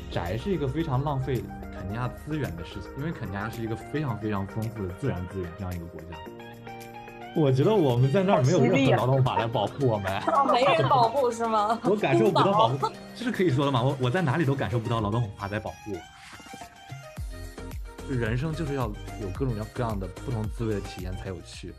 宅是一个非常浪费肯尼亚资源的事情，因为肯尼亚是一个非常非常丰富的自然资源这样一个国家。我觉得我们在那儿好没有任何犀利啊！ 劳动法来保护我们， 哦，没人保护是吗？ 我感受孤岛。 不到保护，这是可以说的吗？我在哪里都感受不到劳动法在保护我。人生就是要有各种各样的不同滋味的体验才有趣。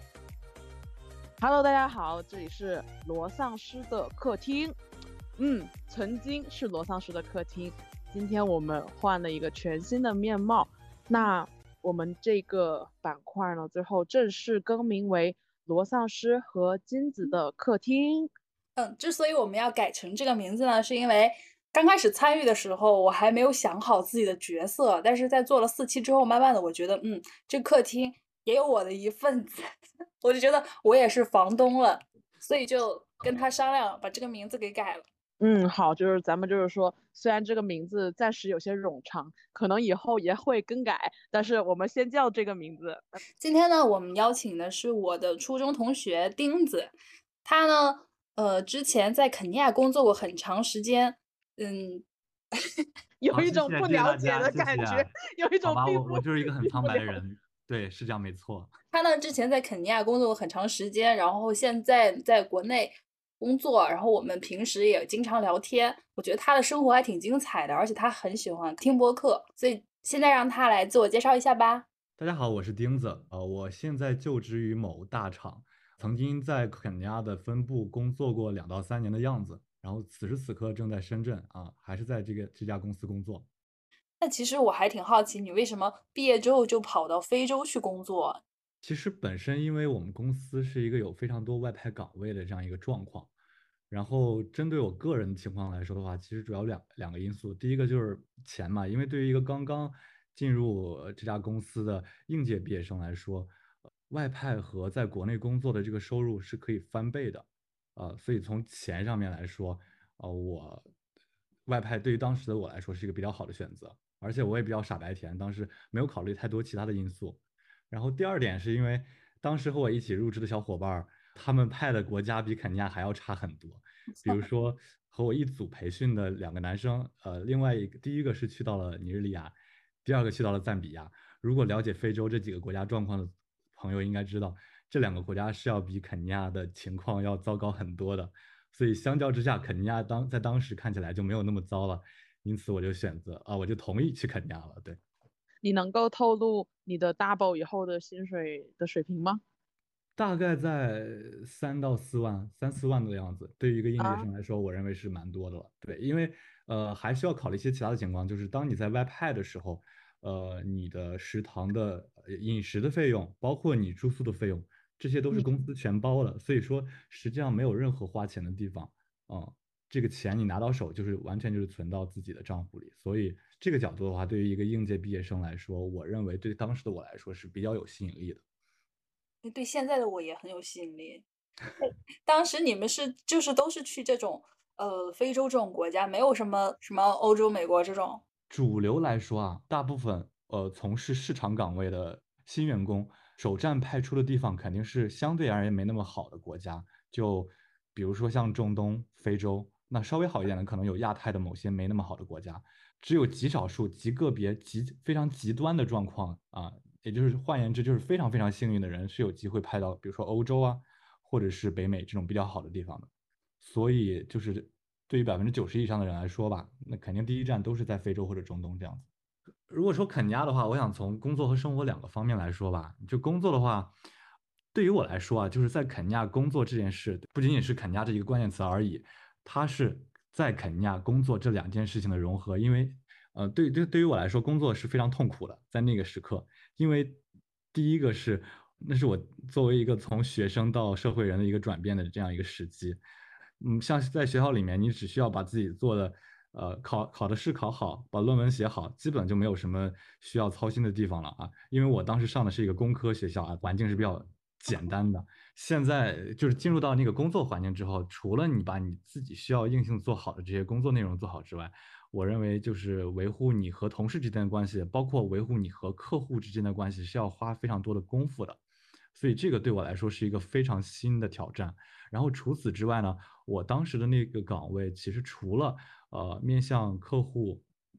Hello，大家好，这里是罗丧尸的客厅。曾经是罗丧尸的客厅，今天我们换了一个全新的面貌。那我们这个板块呢，最后正式更名为罗丧尸和金子的客厅。 之所以我们要改成这个名字呢，是因为刚开始参与的时候，我还没有想好自己的角色，但是在做了4期之后，慢慢的我觉得，这客厅也有我的一份子，我就觉得我也是房东了，所以就跟他商量，把这个名字给改了。 好，就是咱们就是说，虽然这个名字暂时有些冗长，可能以后也会更改，但是我们先叫这个名字。 今天呢，我们邀请的是我的初中同学钉子，他呢，之前在肯尼亚工作过很长时间，嗯， 好， 有一谢谢种不了解谢谢大家，谢谢。 的感觉，有一好吧， 种我就是一个很苍并不了。 白的人，对，是这样没错。 他呢之前在肯尼亚工作过很长时间，然后现在在国内工作，然后我们平时也经常聊天。我觉得他的生活还挺精彩的，而且他很喜欢听播客，所以现在让他来自我介绍一下吧。 大家好，我是钉子，我现在就职于某大厂，曾经在肯尼亚的分部工作过2到3年的样子，然后此时此刻正在深圳啊，还是在这家公司工作。 那其实我还挺好奇，你为什么毕业之后就跑到非洲去工作？ 其实本身因为我们公司是一个有非常多外派岗位的这样一个状况，然后针对我个人的情况来说的话，其实主要两个因素，第一个就是钱嘛，因为对于一个刚刚进入这家公司的应届毕业生来说，外派和在国内工作的这个收入是可以翻倍的，所以从钱上面来说，我外派对于当时的我来说是一个比较好的选择，而且我也比较傻白甜，当时没有考虑太多其他的因素。然后第二点是因为当时和我一起入职的小伙伴儿，他们派的国家比肯尼亚还要差很多。比如说和我一组培训的2个男生，另外第一个是去到了尼日利亚，第二个去到了赞比亚。如果了解非洲这几个国家状况的朋友应该知道，这2个国家是要比肯尼亚的情况要糟糕很多的。所以相较之下，肯尼亚在当时看起来就没有那么糟了，因此我就选择我就同意去肯尼亚了。对。 你能够透露你的 double 以后的薪水的水平吗？ 大概在3到4万、3、4万的样子，对于一个应届啊， 生来说，我认为是蛮多的了。对，因为还需要考虑一些其他的情况，就是当你在外派的时候，你的食堂的饮食的费用，包括你住宿的费用，这些都是嗯， 公司全包的，所以说实际上没有任何花钱的地方。这个钱你拿到手就是完全就是存到自己的账户里，所以这个角度的话，对于一个应届毕业生来说，我认为对当时的我来说是比较有吸引力的。 对现在的我也很有吸引力。当时你们就是都是去这种非洲这种国家，没有什么欧洲、美国这种。 主流来说大部分从事市场岗位的新员工，首站派出的地方肯定是相对而言没那么好的国家，就比如说像中东、非洲，那稍微好一点的可能有亚太的某些没那么好的国家，只有极少数、极个别、非常极端的状况也就是换言之，就是非常非常幸运的人是有机会派到，比如说欧洲或者是北美这种比较好的地方的。所以就是对于90%以上的人来说吧，那肯定第一站都是在非洲或者中东这样子。如果说肯尼亚的话，我想从工作和生活两个方面来说吧。就工作的话，对于我来说就是在肯尼亚工作这件事，不仅仅是肯尼亚这一个关键词而已，它是在肯尼亚工作这2件事情的融合。因为，对于我来说，工作是非常痛苦的，在那个时刻，因为第一个是，那是我作为一个从学生到社会人的一个转变的这样一个时机。像是在学校里面，你只需要把自己做的，考的试考好，把论文写好，基本就没有什么需要操心的地方了因为我当时上的是一个工科学校环境是比较简单的。现在就是进入到那个工作环境之后，除了你把你自己需要硬性做好的这些工作内容做好之外，我认为就是维护你和同事之间的关系，包括维护你和客户之间的关系，是要花非常多的功夫的。所以这个对我来说是一个非常新的挑战。然后除此之外呢，我当时的那个岗位其实除了面向客户，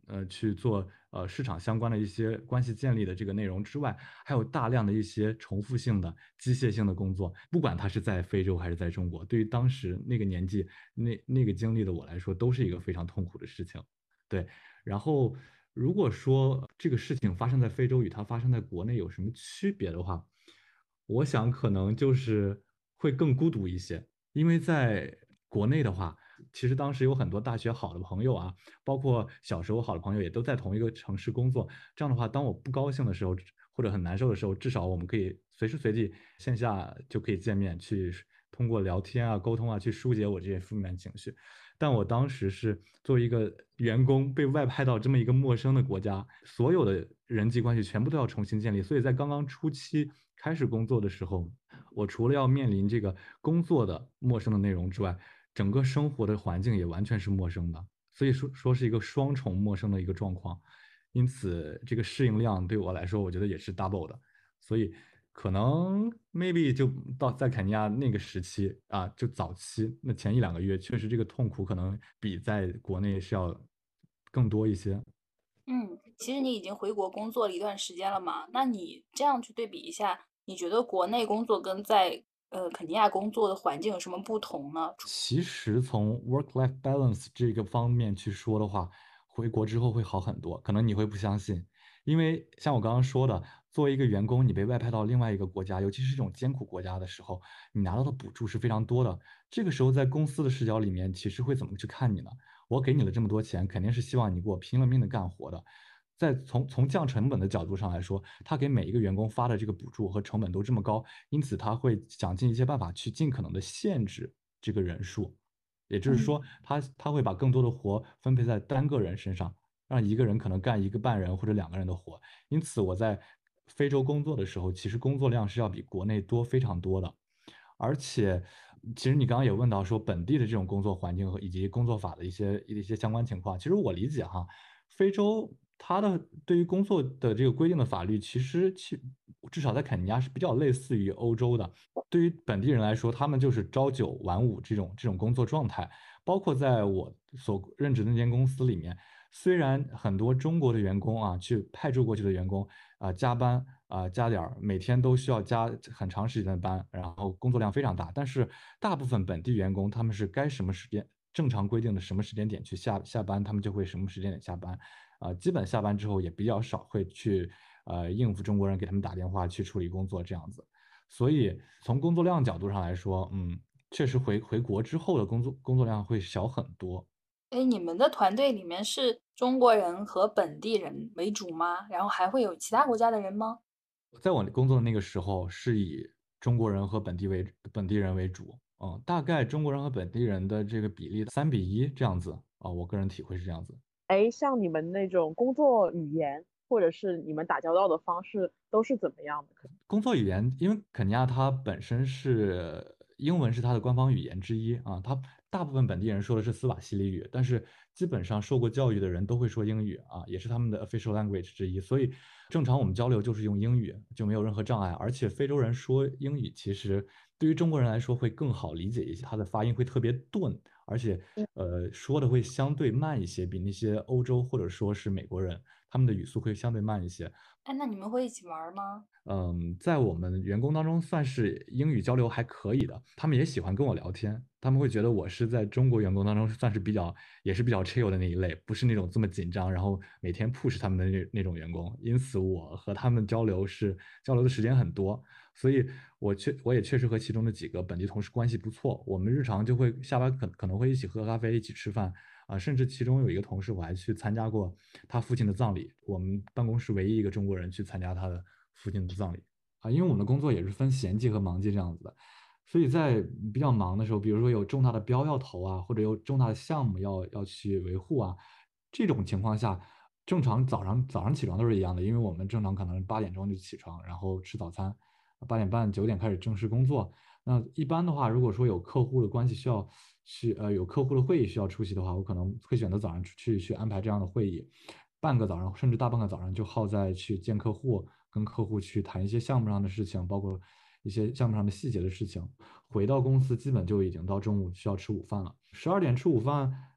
去做市场相关的一些关系建立的这个内容之外，还有大量的一些重复性的机械性的工作，不管它是在非洲还是在中国，对于当时那个年纪那个经历的我来说，都是一个非常痛苦的事情。对，然后如果说这个事情发生在非洲与它发生在国内有什么区别的话，我想可能就是会更孤独一些，因为在国内的话，其实当时有很多大学好的朋友啊，包括小时候好的朋友也都在同一个城市工作。这样的话，当我不高兴的时候，或者很难受的时候，至少我们可以随时随地线下就可以见面，去通过聊天啊、沟通啊，去疏解我这些负面情绪。但我当时是作为一个员工被外派到这么一个陌生的国家，所有的人际关系全部都要重新建立。所以在刚刚初期开始工作的时候，我除了要面临这个工作的陌生的内容之外，整个生活的环境也完全是陌生的。所以说是一个双重陌生的一个状况，因此这个适应量对我来说，我觉得也是 double 的。所以可能 maybe 就到在肯尼亚那个时期啊，就早期那前一两个月，确实这个痛苦可能比在国内是要更多一些。 其实你已经回国工作了一段时间了嘛，那你这样去对比一下，你觉得国内工作跟在肯尼亚工作的环境有什么不同呢？ 其实从 work-life balance 这个方面去说的话，回国之后会好很多。可能你会不相信，因为像我刚刚说的，作为一个员工，你被外派到另外一个国家，尤其是这种艰苦国家的时候，你拿到的补助是非常多的。这个时候，在公司的视角里面，其实会怎么去看你呢？我给你了这么多钱，肯定是希望你给我拼了命的干活的。从降成本的角度上来说，他给每一个员工发的这个补助和成本都这么高，因此他会想尽一切办法去尽可能的限制这个人数，也就是嗯。 说，他会把更多的活分配在单个人身上，让一个人可能干一个半人或者两个人的活。因此，我在非洲工作的时候，其实工作量是要比国内多非常多的。而且，其实你刚刚也问到说本地的这种工作环境和以及工作法的一些相关情况，其实我理解哈，非洲它的对于工作的这个规定的法律，其实至少在肯尼亚是比较类似于欧洲的。对于本地人来说，他们就是朝九晚五这种工作状态。包括在我所任职的那间公司里面，虽然很多中国的员工啊，去派驻过去的员工加班加点儿，每天都需要加很长时间的班，然后工作量非常大。但是大部分本地员工他们是该什么时间正常规定的什么时间点去下班，他们就会什么时间点下班。基本下班之后也比较少会去应付中国人给他们打电话去处理工作这样子。所以从工作量角度上来说，确实回国之后的工作量会小很多。 哎，你们的团队里面是中国人和本地人为主吗？然后还会有其他国家的人吗？ 在我工作的那个时候，是以中国人和本地人为主，大概中国人和本地人的这个比例3:1这样子啊，我个人体会是这样子。 哎，像你们那种工作语言，或者是你们打交道的方式，都是怎么样的？ 工作语言，因为肯尼亚它本身是英文是它的官方语言之一啊，它大部分本地人说的是斯瓦希里语，但是基本上受过教育的人都会说英语啊，也是他们的 official language 之一，所以正常我们交流就是用英语，就没有任何障碍。而且非洲人说英语其实对于中国人来说会更好理解一些，它的发音会特别钝，而且说的会相对慢一些，比那些欧洲或者说是美国人他们的语速会相对慢一些。 哎，那你们会一起玩吗？ 在我们员工当中算是英语交流还可以的，他们也喜欢跟我聊天，他们会觉得我是在中国员工当中算是也是比较 chill 的那一类，不是那种这么紧张，然后每天 push 他们的那种员工，因此我和他们交流的时间很多，所以我也确实和其中的几个本地同事关系不错，我们日常就会下班可能会一起喝咖啡，一起吃饭。甚至其中有一个同事，我还去参加过他父亲的葬礼。我们办公室唯一一个中国人去参加他的父亲的葬礼因为我们的工作也是分闲季和忙季这样子的，所以在比较忙的时候，比如说有重大的标要投啊，或者有重大的项目要去维护啊，这种情况下，正常早上起床都是一样的，因为我们正常可能8点钟就起床，然后吃早餐，8点半9点开始正式工作。那一般的话，如果说有客户的关系需要有客户的会议需要出席的话，我可能会选择早上去安排这样的会议，半个早上甚至大半个早上就耗在去见客户，跟客户去谈一些项目上的事情，包括一些项目上的细节的事情。回到公司基本就已经到中午需要吃午饭了，12点吃午饭。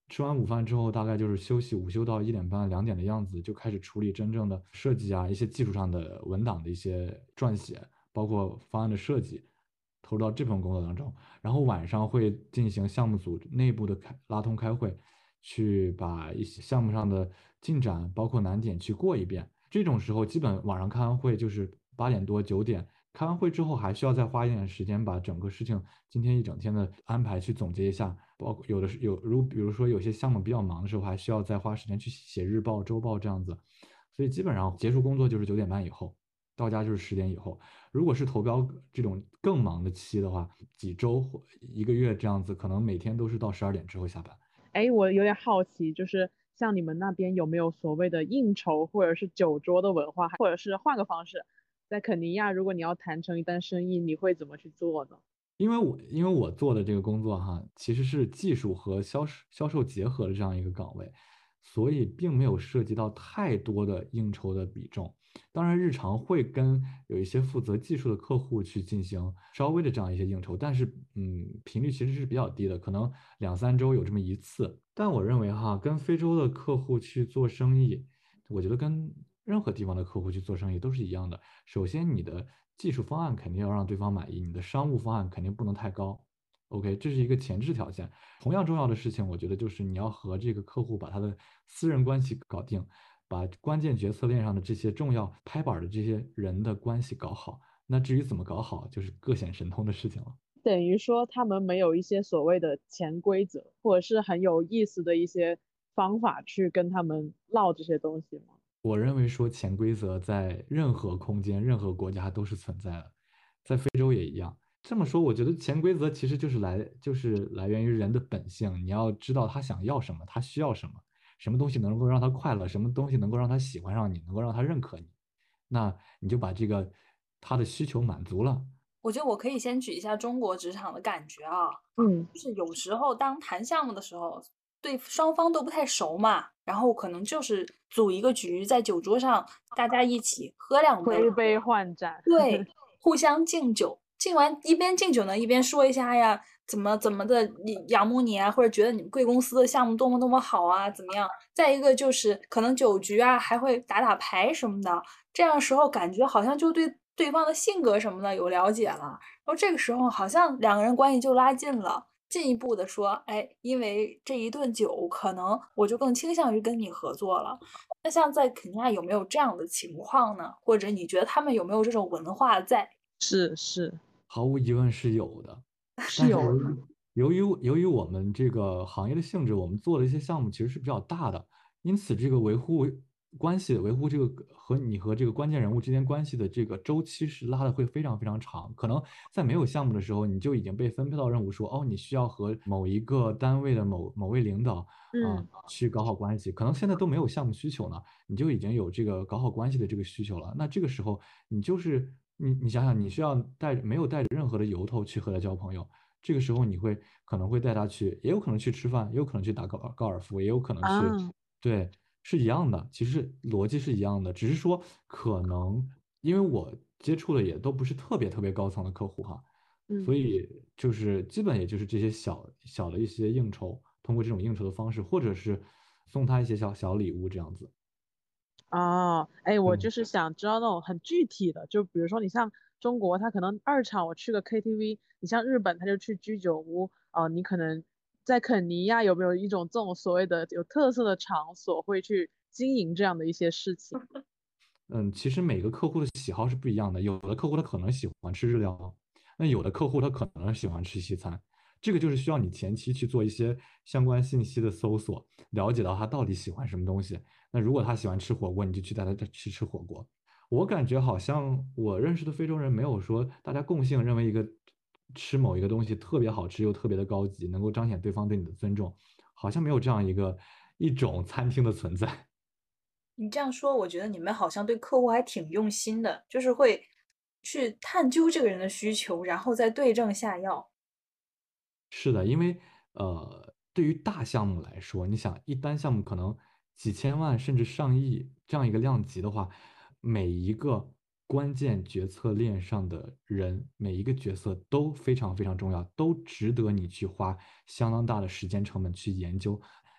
吃完午饭之后，大概就是休息，午休到1点半、2点的样子，就开始处理真正的设计啊，一些技术上的文档的一些撰写，包括方案的设计，投入到这份工作当中。然后晚上会进行项目组内部的拉通开会，去把一些项目上的进展，包括难点去过一遍。这种时候，基本晚上开完会就是8点多9点，开完会之后还需要再花一点时间把整个事情今天一整天的安排去总结一下，包括有的是有比如说有些项目比较忙的时候，还需要再花时间去写日报、周报这样子。所以基本上结束工作就是9点半以后，到家就是10点以后。如果是投标这种更忙的期的话，几周或1个月这样子，可能每天都是到12点之后下班。 哎，我有点好奇，就是像你们那边有没有所谓的应酬或者是酒桌的文化，或者是换个方式，在肯尼亚，如果你要谈成一单生意，你会怎么去做呢？ 因为我做的这个工作哈，其实是技术和销售结合的这样一个岗位，所以并没有涉及到太多的应酬的比重。当然，日常会跟有一些负责技术的客户去进行稍微的这样一些应酬，但是频率其实是比较低的，可能2、3周有这么一次。但我认为哈，跟非洲的客户去做生意，我觉得跟任何地方的客户去做生意都是一样的。首先，你的技术方案肯定要让对方满意，你的商务方案肯定不能太高。OK，这是一个前置条件。同样重要的事情，我觉得就是你要和这个客户把他的私人关系搞定，把关键决策链上的这些重要拍板的这些人的关系搞好。那至于怎么搞好，就是各显神通的事情了。 等于说他们没有一些所谓的潜规则，或者是很有意思的一些方法去跟他们唠这些东西吗？ 我认为说潜规则在任何空间、任何国家都是存在的，在非洲也一样。这么说，我觉得潜规则其实就是来源于人的本性。你要知道他想要什么，他需要什么，什么东西能够让他快乐，什么东西能够让他喜欢上你，能够让他认可你，那你就把这个他的需求满足了。 我觉得我可以先举一下中国职场的感觉啊， 嗯， 就是有时候当谈项目的时候，对双方都不太熟嘛，然后可能就是组一个局，在酒桌上大家一起喝2杯， 推杯换盏。 对，互相敬酒，敬完一边敬酒呢，一边说一下哎呀，怎么怎么的，你仰慕你啊，或者觉得你们贵公司的项目多么多么好啊，怎么样？再一个就是可能酒局啊，还会打打牌什么的，这样时候感觉好像就对对方的性格什么的有了解了，然后这个时候好像两个人关系就拉近了。进一步的说，哎，因为这一顿酒，可能我就更倾向于跟你合作了。那像在肯尼亚有没有这样的情况呢？或者你觉得他们有没有这种文化在？ 是是毫无疑问是有的，但是是有的。 由于我们这个行业的性质，我们做的一些项目其实是比较大的，因此这个维护关系、维护这个和这个关键人物之间关系的这个周期是拉的会非常非常长。可能在没有项目的时候，你就已经被分配到任务说，哦，你需要和某一个单位的某位领导嗯去搞好关系。可能现在都没有项目需求呢，你就已经有这个搞好关系的这个需求了。那这个时候，你想想，你需要没有带着任何的由头去和他交朋友，这个时候可能会带他去，也有可能去吃饭，也有可能去打高尔夫，也有可能去， 啊， 对，是一样的，其实逻辑是一样的，只是说可能因为我接触的也都不是特别特别高层的客户哈，所嗯。 以就是基本也就是这些小小的一些应酬，通过这种应酬的方式，或者是送他一些小小礼物这样子。 哦，哎，我嗯。 就是想知道那种很具体的，就比如说你像中国，他可能2场我去个 KTV，你像日本他就去居酒屋，你可能在肯尼亚有没有一种这种所谓的有特色的场所会去经营这样的一些事情？ 其实每个客户的喜好是不一样的，有的客户他可能喜欢吃日料，那有的客户他可能喜欢吃西餐，这个就是需要你前期去做一些相关信息的搜索，了解到他到底喜欢什么东西。那如果他喜欢吃火锅，你就去带他去吃火锅。我感觉好像我认识的非洲人没有说大家共性认为吃某一个东西特别好吃又特别的高级，能够彰显对方对你的尊重，好像没有这样一种餐厅的存在。 你这样说，我觉得你们好像对客户还挺用心的，就是会去探究这个人的需求，然后再对症下药。 是的，因为对于大项目来说，你想一单项目可能几千万甚至上亿这样一个量级的话，每一个关键决策链上的人，每一个角色都非常非常重要，都值得你去花相当大的时间成本去研究。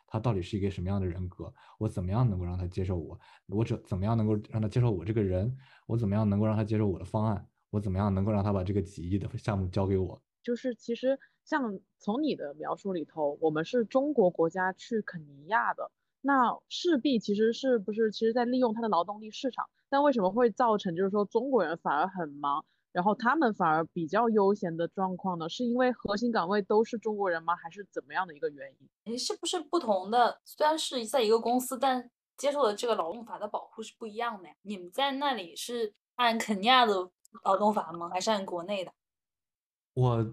他到底是一个什么样的人格，我怎么样能够让他接受我，怎么样能够让他接受我这个人，我怎么样能够让他接受我的方案，我怎么样能够让他把这个几亿的项目交给我。 就是其实像从你的描述里头，我们是中国国家去肯尼亚的，那势必其实是不是其实在利用它的劳动力市场，但为什么会造成就是说中国人反而很忙，然后他们反而比较悠闲的状况呢？是因为核心岗位都是中国人吗？还是怎么样的一个原因？ 你是不是不同的？虽然是在一个公司，但接受的这个劳动法的保护是不一样的呀。你们在那里是按肯尼亚的劳动法吗？还是按国内的？ 我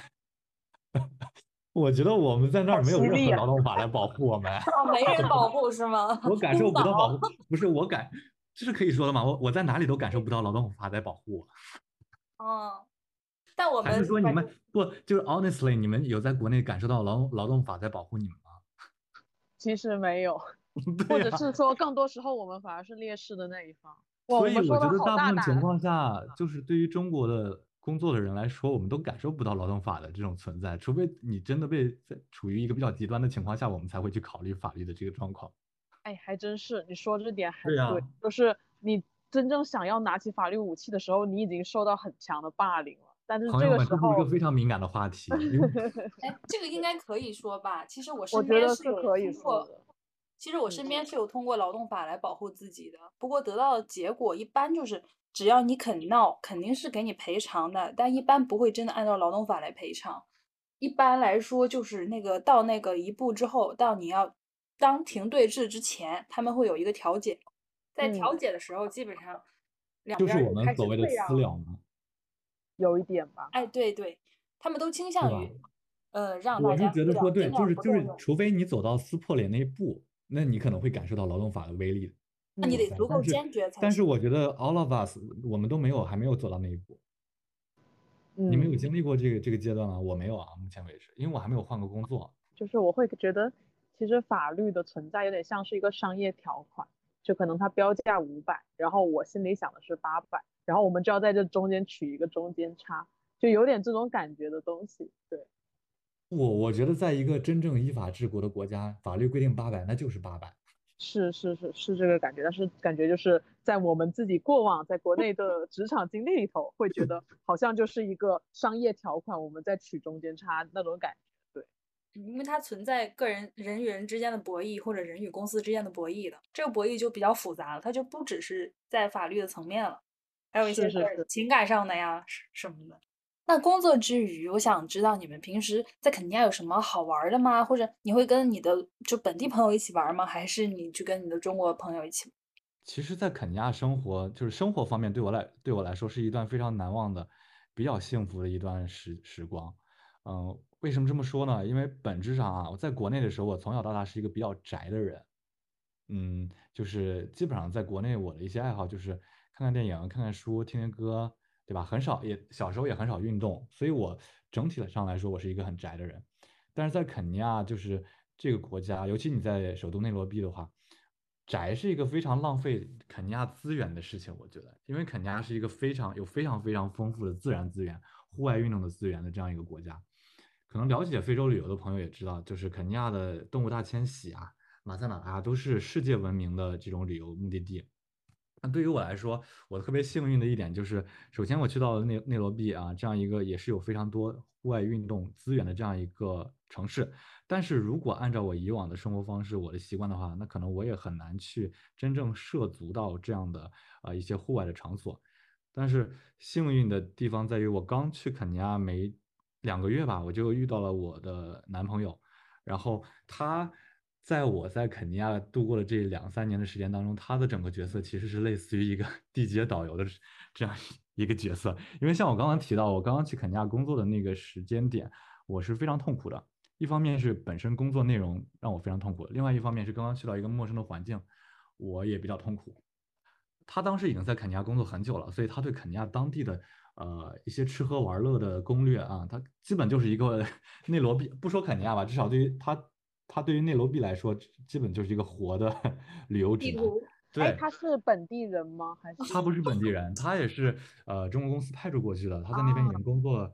我觉得我们在那儿好没有任何犀利啊！ 劳动法来保护我们。 哦，没人保护是吗？ 我感受孤岛。 不到保护，不是这是可以说的吗？我在哪里都感受不到劳动法在保护我。 嗯，但我还是们说你们不就是 honestly，你们有在国内感受到劳动法在保护你们吗？ 其实没有，或对呀、 者是说更多时候我们反而是劣势的那一方。哇，我所以们说的好我觉得大部大胆啊！ 分情况下，就是对于中国的工作的人来说，我们都感受不到劳动法的这种存在，除非你真的在处于一个比较极端的情况下，我们才会去考虑法律的这个状况。 哎，还真是，你说这点很对， 对呀、 就是你真正想要拿起法律武器的时候，你已经受到很强的霸凌了。但是这个朋友们，这是一个时候， 非常敏感的话题，因为哎，这个应该可以说吧。其实我我身觉得是边是有可以通过， 说的。 其实我嗯身边是有通过劳动法来保护自己的。不过得到的结果一般就是，只要你肯闹，肯定是给你赔偿的，但一般不会真的按照劳动法来赔偿。一般来说，就是到那个一步之后，到你要当庭对质之前，他们会有一个调解。在调嗯， 解的时候，基本上两就是我边儿就开始们所谓的退让了。 私了嘛， 有一点吧。 哎，对对，他们都倾对吧？ 向于，让大我是家私了， 觉得说对， 尽量就是， 不动用。 除非你走到撕破脸那一步，那你可能会感受到劳动法的威力所嗯在。 那你得足够但是， 坚决才但是行。 我觉得 all of us 我们都还没有走到那一步。你们有嗯， 经历过这个阶段吗？我没有啊，目前为止，因为我还没有换过工作。 就是我会觉得，其实法律的存在有点像是一个商业条款，就可能它标价500，然后我心里想的是800，然后我们就要在这中间取一个中间差，就有点这种感觉的东西。对。 我觉得，在一个真正依法治国的国家，法律规定800，那就是800。 是这个感觉，但是感觉就是在我们自己过往在国内的职场经历里头，会觉得好像就是一个商业条款，我们在取中间差那种感觉。对， 因为它存在人与人之间的博弈，或者人与公司之间的博弈的，这个博弈就比较复杂了，它就不只是在法律的层面了，还有一些在是是是， 情感上的呀什么的。那工作之余，我想知道你们平时在肯尼亚有什么好玩的吗？或者你会跟你的本地朋友一起玩吗？还是你去跟你的中国朋友一起？ 其实，在肯尼亚生活，就是生活方面，对我来说是一段非常难忘的、比较幸福的一段时光。为什么这么说呢？因为本质上啊，我在国内的时候，我从小到大是一个比较宅的人。就是基本上在国内，我的一些爱好就是看看电影、看看书、听听歌，对吧？小时候也很少运动，所以我整体上来说，我是一个很宅的人。但是在肯尼亚，就是这个国家，尤其你在首都内罗毕的话，宅是一个非常浪费肯尼亚资源的事情，我觉得，因为肯尼亚是一个非常非常丰富的自然资源、户外运动的资源的这样一个国家。可能了解非洲旅游的朋友也知道，就是肯尼亚的动物大迁徙啊。马赛马拉都是世界闻名的这种旅游目的地。那对于我来说，我特别幸运的一点就是，首先我去到了内罗毕啊，这样一个也是有非常多户外运动资源的这样一个城市。但是如果按照我以往的生活方式、我的习惯的话，那可能我也很难去真正涉足到这样的一些户外的场所。但是幸运的地方在于，我刚去肯尼亚没2个月吧，我就遇到了我的男朋友，然后他在我在肯尼亚度过的这2、3年的时间当中，他的整个角色其实是类似于一个地接导游的这样一个角色。因为像我刚刚提到，我刚刚去肯尼亚工作的那个时间点，我是非常痛苦的。一方面是本身工作内容让我非常痛苦，另外一方面是刚刚去到一个陌生的环境，我也比较痛苦。他当时已经在肯尼亚工作很久了，所以他对肯尼亚当地的一些吃喝玩乐的攻略啊，他基本就是一个内罗毕，不说肯尼亚吧，至少对于他对于内罗毕来说，基本就是一个活的旅游指南。 地图。 哎， 对， 他是本地人吗？还是他不是本地人，他也是中国公司派驻过去的，他在那边已啊？ 经工作了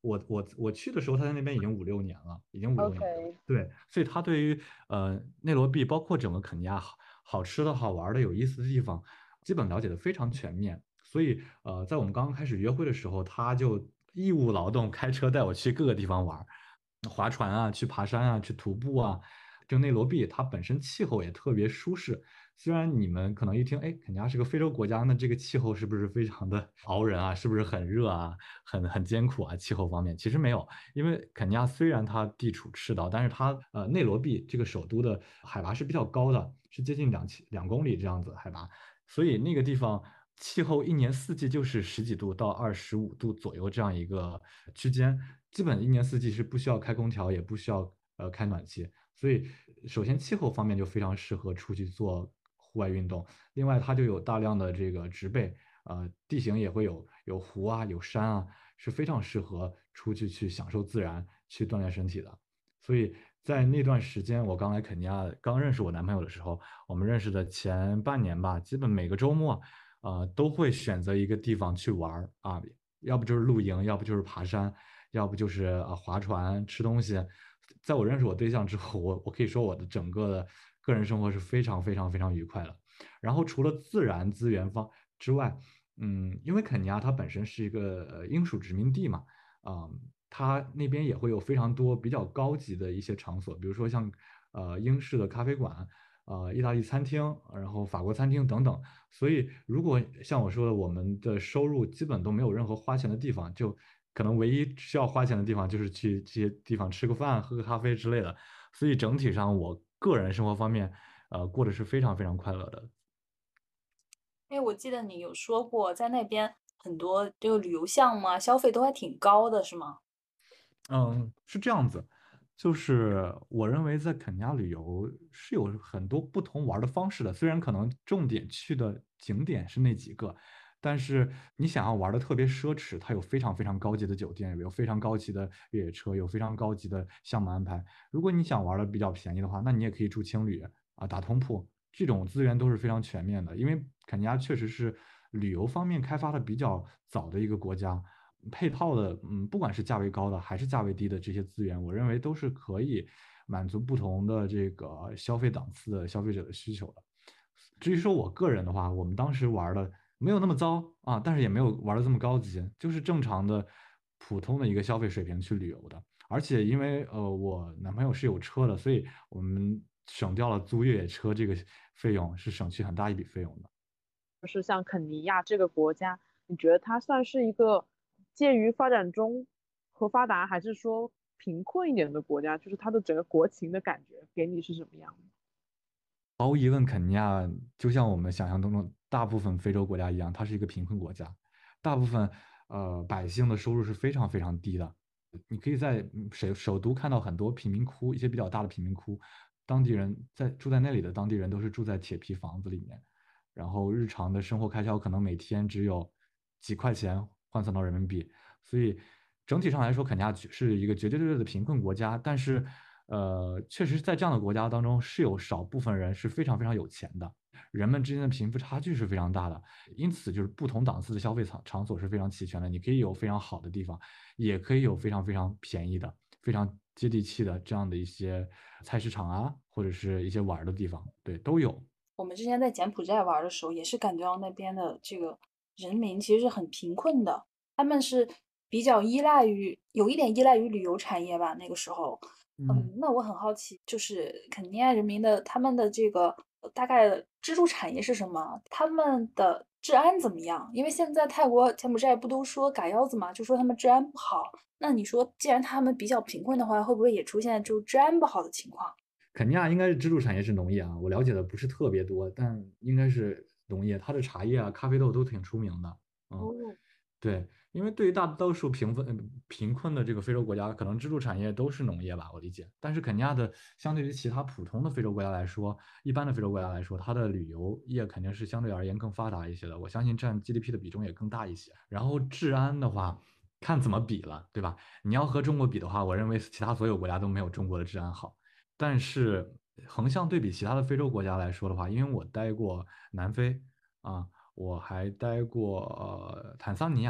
我去的时候，他在那边已经5、6年了，已经五六年了。 OK， 对，所以他对于内罗毕，包括整个肯尼亚好吃的好玩的、有意思的地方，基本了解的非常全面。所以在我们刚刚开始约会的时候，他就义务劳动开车带我去各个地方玩，划船啊，去爬山啊，去徒步啊。就内罗毕它本身气候也特别舒适，虽然你们可能一听，哎，肯尼亚是个非洲国家，那这个气候是不是非常的熬人啊？是不是很热啊？很艰苦啊？气候方面其实没有，因为肯尼亚虽然它地处赤道，但是它内罗毕这个首都的海拔是比较高的，是接近2公里这样子海拔，所以那个地方气候一年四季就是10几度到25度左右这样一个区间，基本一年四季是不需要开空调，也不需要开暖气。所以，首先气候方面就非常适合出去做户外运动。另外，它就有大量的这个植被，地形也会有湖啊，有山啊，是非常适合出去享受自然、去锻炼身体的。所以在那段时间，我刚来肯尼亚，刚认识我男朋友的时候，我们认识的前半年吧，基本每个周末，都会选择一个地方去玩儿啊，要不就是露营，要不就是爬山，要不就是划船、吃东西。在我认识我对象之后，我可以说我的整个的个人生活是非常非常非常愉快的。然后除了自然资源方之外，因为肯尼亚它本身是一个英属殖民地嘛，啊、它那边也会有非常多比较高级的一些场所，比如说像英式的咖啡馆。意大利餐厅，然后法国餐厅等等，所以如果像我说的，我们的收入基本都没有任何花钱的地方，就可能唯一需要花钱的地方就是去这些地方吃个饭、喝个咖啡之类的。所以整体上，我个人生活方面，过得是非常非常快乐的。 因为我记得你有说过，在那边很多这个旅游项目啊，消费都还挺高的，是吗？ 嗯，是这样子，就是我认为在肯尼亚旅游是有很多不同玩儿的方式的，虽然可能重点去的景点是那几个，但是你想要玩的特别奢侈，它有非常非常高级的酒店，有非常高级的越野车，有非常高级的项目安排。如果你想玩的比较便宜的话，那你也可以住青旅啊，打通铺，这种资源都是非常全面的，因为肯尼亚确实是旅游方面开发的比较早的一个国家。配套的，不管是价位高的还是价位低的这些资源，我认为都是可以满足不同的这个消费档次的消费者的需求的。至于说我个人的话，我们当时玩的没有那么糟啊，但是也没有玩的这么高级，就是正常的普通的一个消费水平去旅游的。而且因为我男朋友是有车的，所以我们省掉了租越野车这个费用，是省去很大一笔费用的。 就是像肯尼亚这个国家，你觉得它算是一个介于发展中和发达，还是说贫困一点的国家？就是它的整个国情的感觉给你是什么样的？ 毫无疑问，肯尼亚就像我们想象当中大部分非洲国家一样，它是一个贫困国家，大部分百姓的收入是非常非常低的。你可以在首都看到很多贫民窟，一些比较大的贫民窟，当地人住在那里的当地人都是住在铁皮房子里面，然后日常的生活开销可能每天只有几块钱换算到人民币，所以整体上来说，肯尼亚是一个绝绝对对的贫困国家。但是，确实在这样的国家当中，是有少部分人是非常非常有钱的，人们之间的贫富差距是非常大的，因此就是不同档次的消费场所是非常齐全的。你可以有非常好的地方，也可以有非常非常便宜的、非常接地气的这样的一些菜市场啊，或者是一些玩儿的地方，对，都有。 我们之前在柬埔寨玩的时候，也是感觉到那边的这个人民其实是很贫困的，他们是比较有一点依赖于旅游产业吧。那个时候， 嗯。 那我很好奇，就是肯尼亚人民的他们的这个大概的支柱产业是什么？他们的治安怎么样？因为现在泰国、柬埔寨不都说嘎腰子嘛，就说他们治安不好。那你说，既然他们比较贫困的话，会不会也出现就治安不好的情况？ 肯尼亚应该是支柱产业是农业啊，我了解的不是特别多，但应该是农业，它的茶叶啊、咖啡豆都挺出名的。嗯， 哦， 对，因为对于大多数贫困的这个非洲国家，可能支柱产业都是农业吧，我理解。但是肯尼亚的相对于其他普通的非洲国家来说，一般的非洲国家来说，它的旅游业肯定是相对而言更发达一些的，我相信占 GDP 的比重也更大一些。然后治安的话，看怎么比了，对吧？你要和中国比的话，我认为其他所有国家都没有中国的治安好。但是横向对比其他的非洲国家来说的话，因为我待过南非啊，我还待过坦桑尼亚，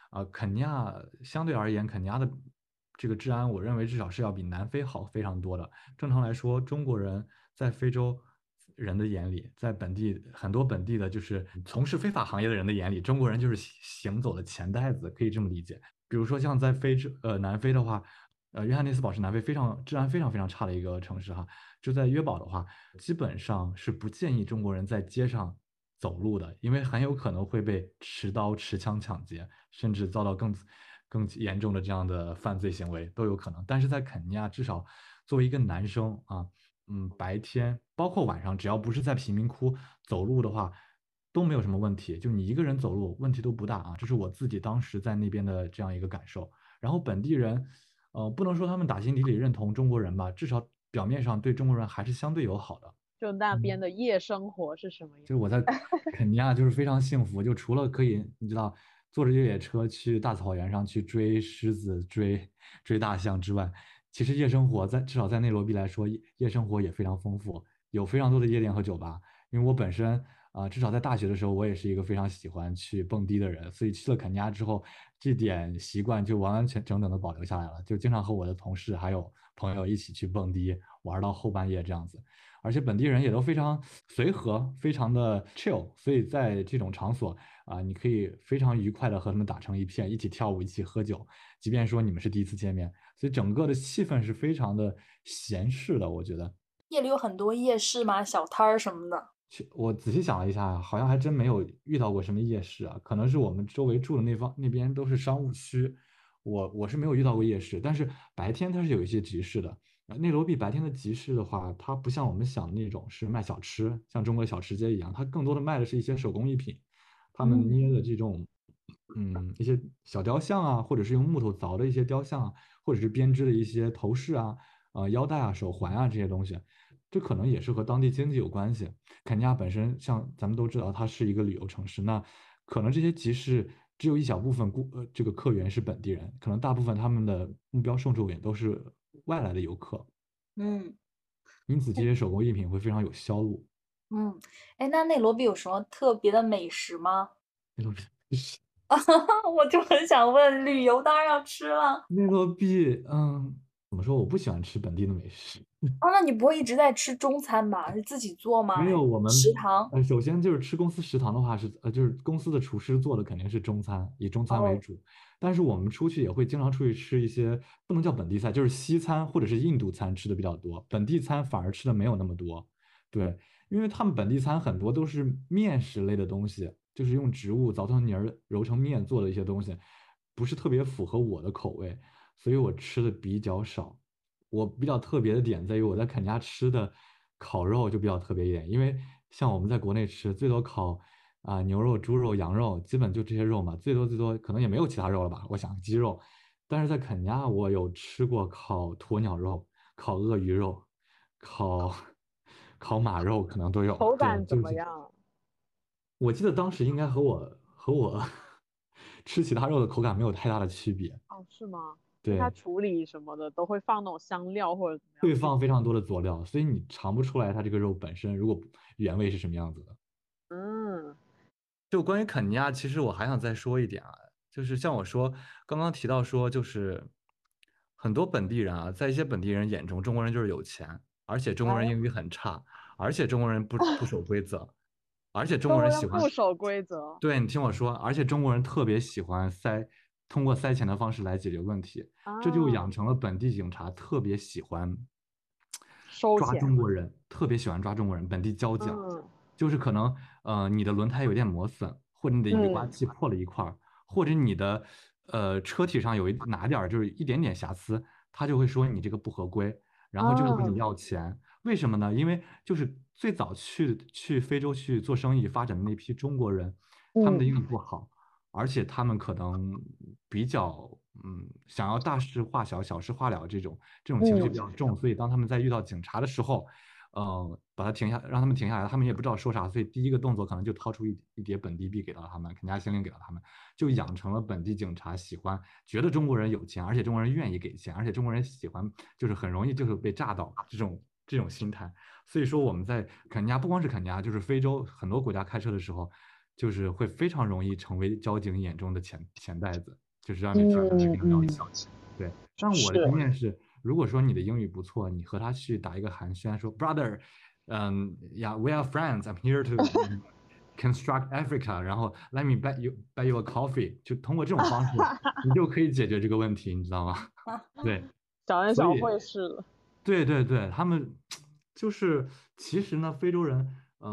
肯尼亚相对而言，肯尼亚的这个治安，我认为至少是要比南非好非常多的。正常来说，中国人在非洲人的眼里，在本地很多本地的就是从事非法行业的人的眼里，中国人就是行走的钱袋子，可以这么理解。比如说像在南非的话，约翰内斯堡是南非治安非常非常差的一个城市哈。就在约堡的话，基本上是不建议中国人在街上走路的，因为很有可能会被持刀、持枪抢劫，甚至遭到更严重的这样的犯罪行为都有可能。但是在肯尼亚，至少作为一个男生啊，白天包括晚上，只要不是在贫民窟走路的话，都没有什么问题。就你一个人走路，问题都不大啊。这是我自己当时在那边的这样一个感受。然后本地人，不能说他们打心底里认同中国人吧，至少表面上对中国人还是相对友好的。 就那边嗯， 的夜生活是什么样？ 就是我在肯尼亚就是非常幸福，就除了可以你知道坐着越野车去大草原上去追狮子、追大象之外，其实夜生活至少在内罗毕来说，夜生活也非常丰富，有非常多的夜店和酒吧。因为我本身至少在大学的时候，我也是一个非常喜欢去蹦迪的人，所以去了肯尼亚之后，这点习惯就完完全整整的保留下来了，就经常和我的同事还有朋友一起去蹦迪，玩到后半夜这样子。而且本地人也都非常随和，非常的 chill，所以在这种场所你可以非常愉快的和他们打成一片，一起跳舞，一起喝酒，即便说你们是第一次见面，所以整个的气氛是非常的闲适的，我觉得。 夜里有很多夜市吗？小摊儿什么的？ 我仔细想了一下，好像还真没有遇到过什么夜市啊，可能是我们周围住的那边都是商务区，我是没有遇到过夜市，但是白天它是有一些集市的。内罗毕白天的集市的话，它不像我们想的那种是卖小吃，像中国的小吃街一样，它更多的卖的是一些手工艺品，他们嗯， 捏的这种一些小雕像啊，或者是用木头凿的一些雕像啊，或者是编织的一些头饰啊、腰带啊、手环啊这些东西，这可能也是和当地经济有关系。肯尼亚本身像咱们都知道，它是一个旅游城市，那可能这些集市只有一小部分这个客源是本地人，可能大部分他们的目标受众也都是外来的游客， 嗯因此这些手工艺品会非常有销路。 嗯，哎，那内罗毕有什么特别的美食吗？ 内罗毕， 我就很想问，旅游当然要吃了。 内罗毕，怎么说？我不喜欢吃本地的美食。 哦，那你不会一直在吃中餐吧？是自己做吗？ 没有， 还是我们食堂？ 首先就是吃公司食堂的话是就是公司的厨师做的肯定是中餐，以中餐为哦， 主。但是我们出去也会经常出去吃一些不能叫本地菜，就是西餐或者是印度餐吃的比较多，本地餐反而吃的没有那么多。对，因为他们本地餐很多都是面食类的东西，就是用植物凿成泥儿揉成面做的一些东西，不是特别符合我的口味，所以我吃的比较少。我比较特别的点在于我在肯尼亚吃的烤肉就比较特别一点，因为像我们在国内吃最多烤牛肉、猪肉、羊肉，基本就这些肉嘛，最多可能也没有其他肉了吧，我想鸡肉。但是在肯尼亚我有吃过烤鸵鸟肉、烤鳄鱼肉、烤烤马肉，可能都有。对， 口感怎就是么样？ 我记得当时应该和我吃其他肉的口感没有太大的区别。 哦，是吗？因为它对， 处理什么的都会放那种香料或者怎么样会去。 放非常多的佐料，所以你尝不出来它这个肉本身如果原味是什么样子的。 嗯， 就关于肯尼亚，其实我还想再说一点啊，就是像我说刚刚提到说，就是很多本地人啊，在一些本地人眼中，中国人就是有钱，而且中国人哎， 英语很差，而且中国人不守规则，而且中中国国人喜欢， 人不守规则对你听我说，而且中国人特别喜欢通过塞钱的方式来解决问题，这就啊， 养成了本地警察特别喜欢抓收钱。 中国人，特别喜欢抓中国人，本地交警。 嗯就是可能你的轮胎有点磨损，或者你的雨刮嗯器破了一块儿，或者你的车体上有哪点儿就是一点点瑕疵，他就会说你这个不合规，然后就会问你啊要钱。为什么呢？因为就是最早去非洲去做生意发展的那批中国人，他们的嗯英语不好，而且他们可能比较想要大事化小，小事化了这种情绪比嗯较重，所以当他们在遇到警察的时候，把他停下，让他们停下来，他们也不知道说啥，所以第一个动作可能就掏出一叠本地币给到他们，肯尼亚先令给到他们，就养成了本地警察觉得中国人有钱，而且中国人愿意给钱，而且中国人喜欢就是很容易就是被炸到这种心态。所以说我们在肯尼亚不光是肯尼亚，就是非洲很多国家开车的时候， 就是会非常容易成为交警眼中的钱袋子，就是让你觉得跟他聊一小气。对，但我的经验是，如果说你的英语不错，你和他去打一个寒暄，说 brother，we are friends. I'm here to construct Africa，然后 let me buy you a coffee，就通过这种方式，你就可以解决这个问题，你知道吗？对， 小恩小惠是了。 对对对，他们就是其实呢，非洲人，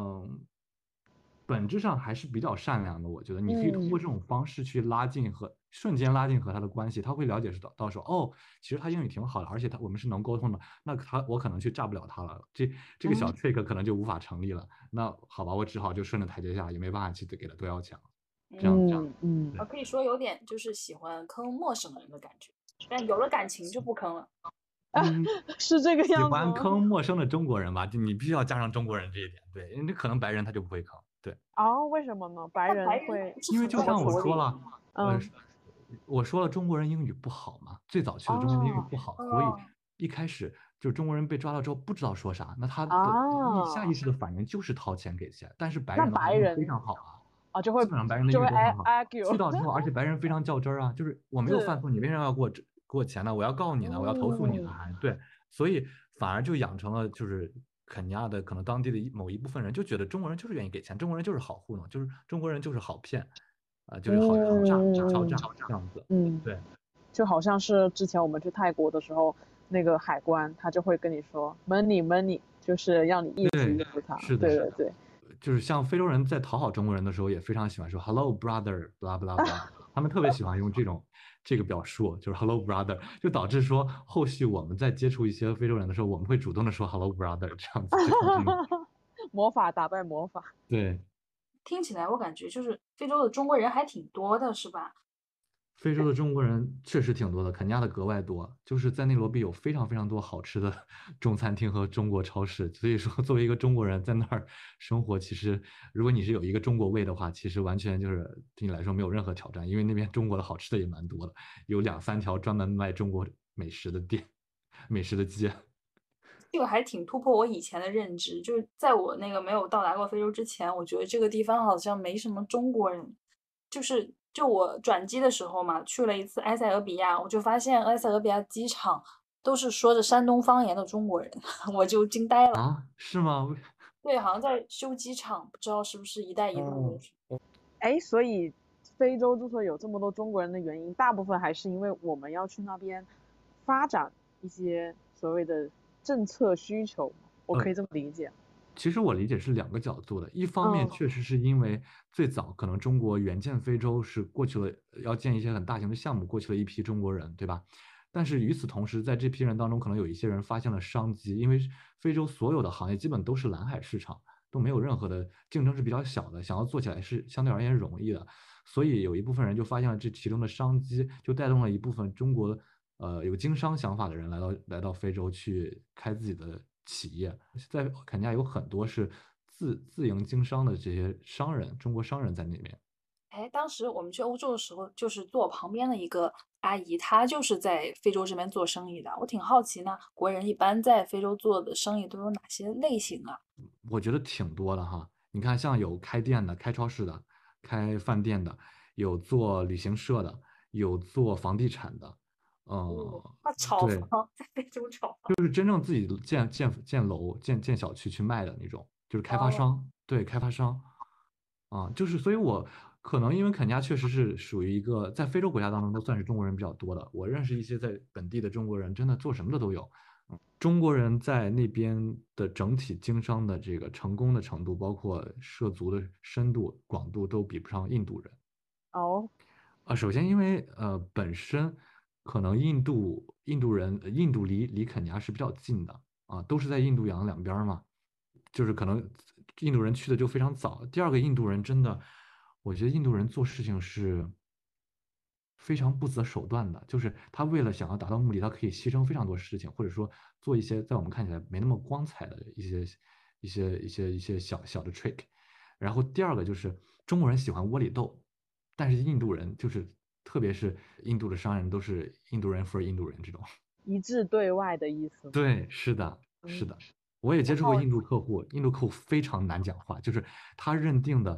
本质上还是比较善良的。我觉得你可以通过这种方式去瞬间拉近和他的关系，他会了解到说，哦，其实他英语挺好的，而且我们是能沟通的，那我可能去炸不了他了，这个小 trick 可能就无法成立了。那好吧，我只好就顺着台阶下，也没办法去给他多要钱了。这样， 可以说有点就是喜欢坑陌生人的感觉，但有了感情就不坑了。 是这个样子。 喜欢坑陌生的中国人吧，你必须要加上中国人这一点，对，因为可能白人他就不会坑，对。 为什么呢？白人会， 因为就像我说了，我说了中国人英语不好嘛，最早去的中国人英语不好，所以一开始就是中国人被抓到之后不知道说啥，那他的下意识的反应就是掏钱给钱，但是白人非常好啊， 就会基本上白人的英语都很好，去到之后，而且白人非常较真儿啊，就是我没有犯错，你为什么要给我钱呢？我要告你呢，我要投诉你呢，对，所以反而就养成了就是肯尼亚的可能当地的某一部分人就觉得中国人就是愿意给钱，中国人就是好糊弄，就是中国人就是好骗。就是好诈这样子，对， 就好像是之前我们去泰国的时候，那个海关他就会跟你说 money， 就是让你一直付他， 是的，对，就是像非洲人在讨好中国人的时候，也非常喜欢说 hello brother blah blah blah， 他们特别喜欢用这个表述，就是 hello brother， 就导致说后续我们在接触一些非洲人的时候，我们会主动的说 hello brother 这样子， 魔法打败魔法， 对。 听起来我感觉就是非洲的中国人还挺多的，是吧？ 非洲的中国人确实挺多的，肯尼亚的格外多。就是在内罗毕有非常非常多好吃的中餐厅和中国超市，所以说作为一个中国人在那儿生活，其实如果你是有一个中国胃的话，其实完全就是对你来说没有任何挑战，因为那边中国的好吃的也蛮多的，有2、3条专门卖中国美食的店、美食的街。 这个还挺突破我以前的认知，就是在我那个没有到达过非洲之前，我觉得这个地方好像没什么中国人。就我转机的时候嘛，去了一次埃塞俄比亚，我就发现埃塞俄比亚机场都是说着山东方言的中国人，我就惊呆了啊？是吗？ 对，好像在修机场，不知道是不是“一带一路” 所以非洲之所以有这么多中国人的原因，大部分还是因为我们要去那边发展一些所谓的政策需求，我可以这么理解。 其实我理解是2个角度的，一方面确实是因为最早可能中国援建非洲是过去了，要建一些很大型的项目，过去了一批中国人，对吧？但是与此同时，在这批人当中，可能有一些人发现了商机，因为非洲所有的行业基本都是蓝海市场，都没有任何的竞争是比较小的，想要做起来是相对而言容易的，所以有一部分人就发现了这其中的商机，就带动了一部分中国有经商想法的人来到非洲去开自己的企业，在肯尼亚有很多是自营经商的这些商人，中国商人在那边。 当时我们去欧洲的时候，就是坐我旁边的一个阿姨，她就是在非洲这边做生意的。我挺好奇呢，国人一般在非洲做的生意都有哪些类型啊？ 我觉得挺多的哈。你看，像有开店的、开超市的、开饭店的，有做旅行社的，有做房地产的， 炒房在非洲炒房， 就是真正自己建楼、建小区去卖的那种，就是开发商，对，开发商。就是所以我可能因为肯尼亚确实是属于一个在非洲国家当中都算是中国人比较多的，我认识一些在本地的中国人，真的做什么的都有。中国人在那边的整体经商的这个成功的程度，包括涉足的深度、广度，都比不上印度人。首先因为本身可能印度离肯尼亚是比较近的都是在印度洋两边嘛，就是可能印度人去的就非常早。第二个，印度人真的，我觉得印度人做事情是非常不择手段的，就是他为了想要达到目的，他可以牺牲非常多事情，或者说做一些在我们看起来没那么光彩的一些小的 trick。然后第二个就是中国人喜欢窝里斗，但是印度人就是特别是印度的商人都是印度人 for 印度人这种一致对外的意思。 对，是的，是的。我也接触过印度客户，印度客户非常难讲话，就是他认定的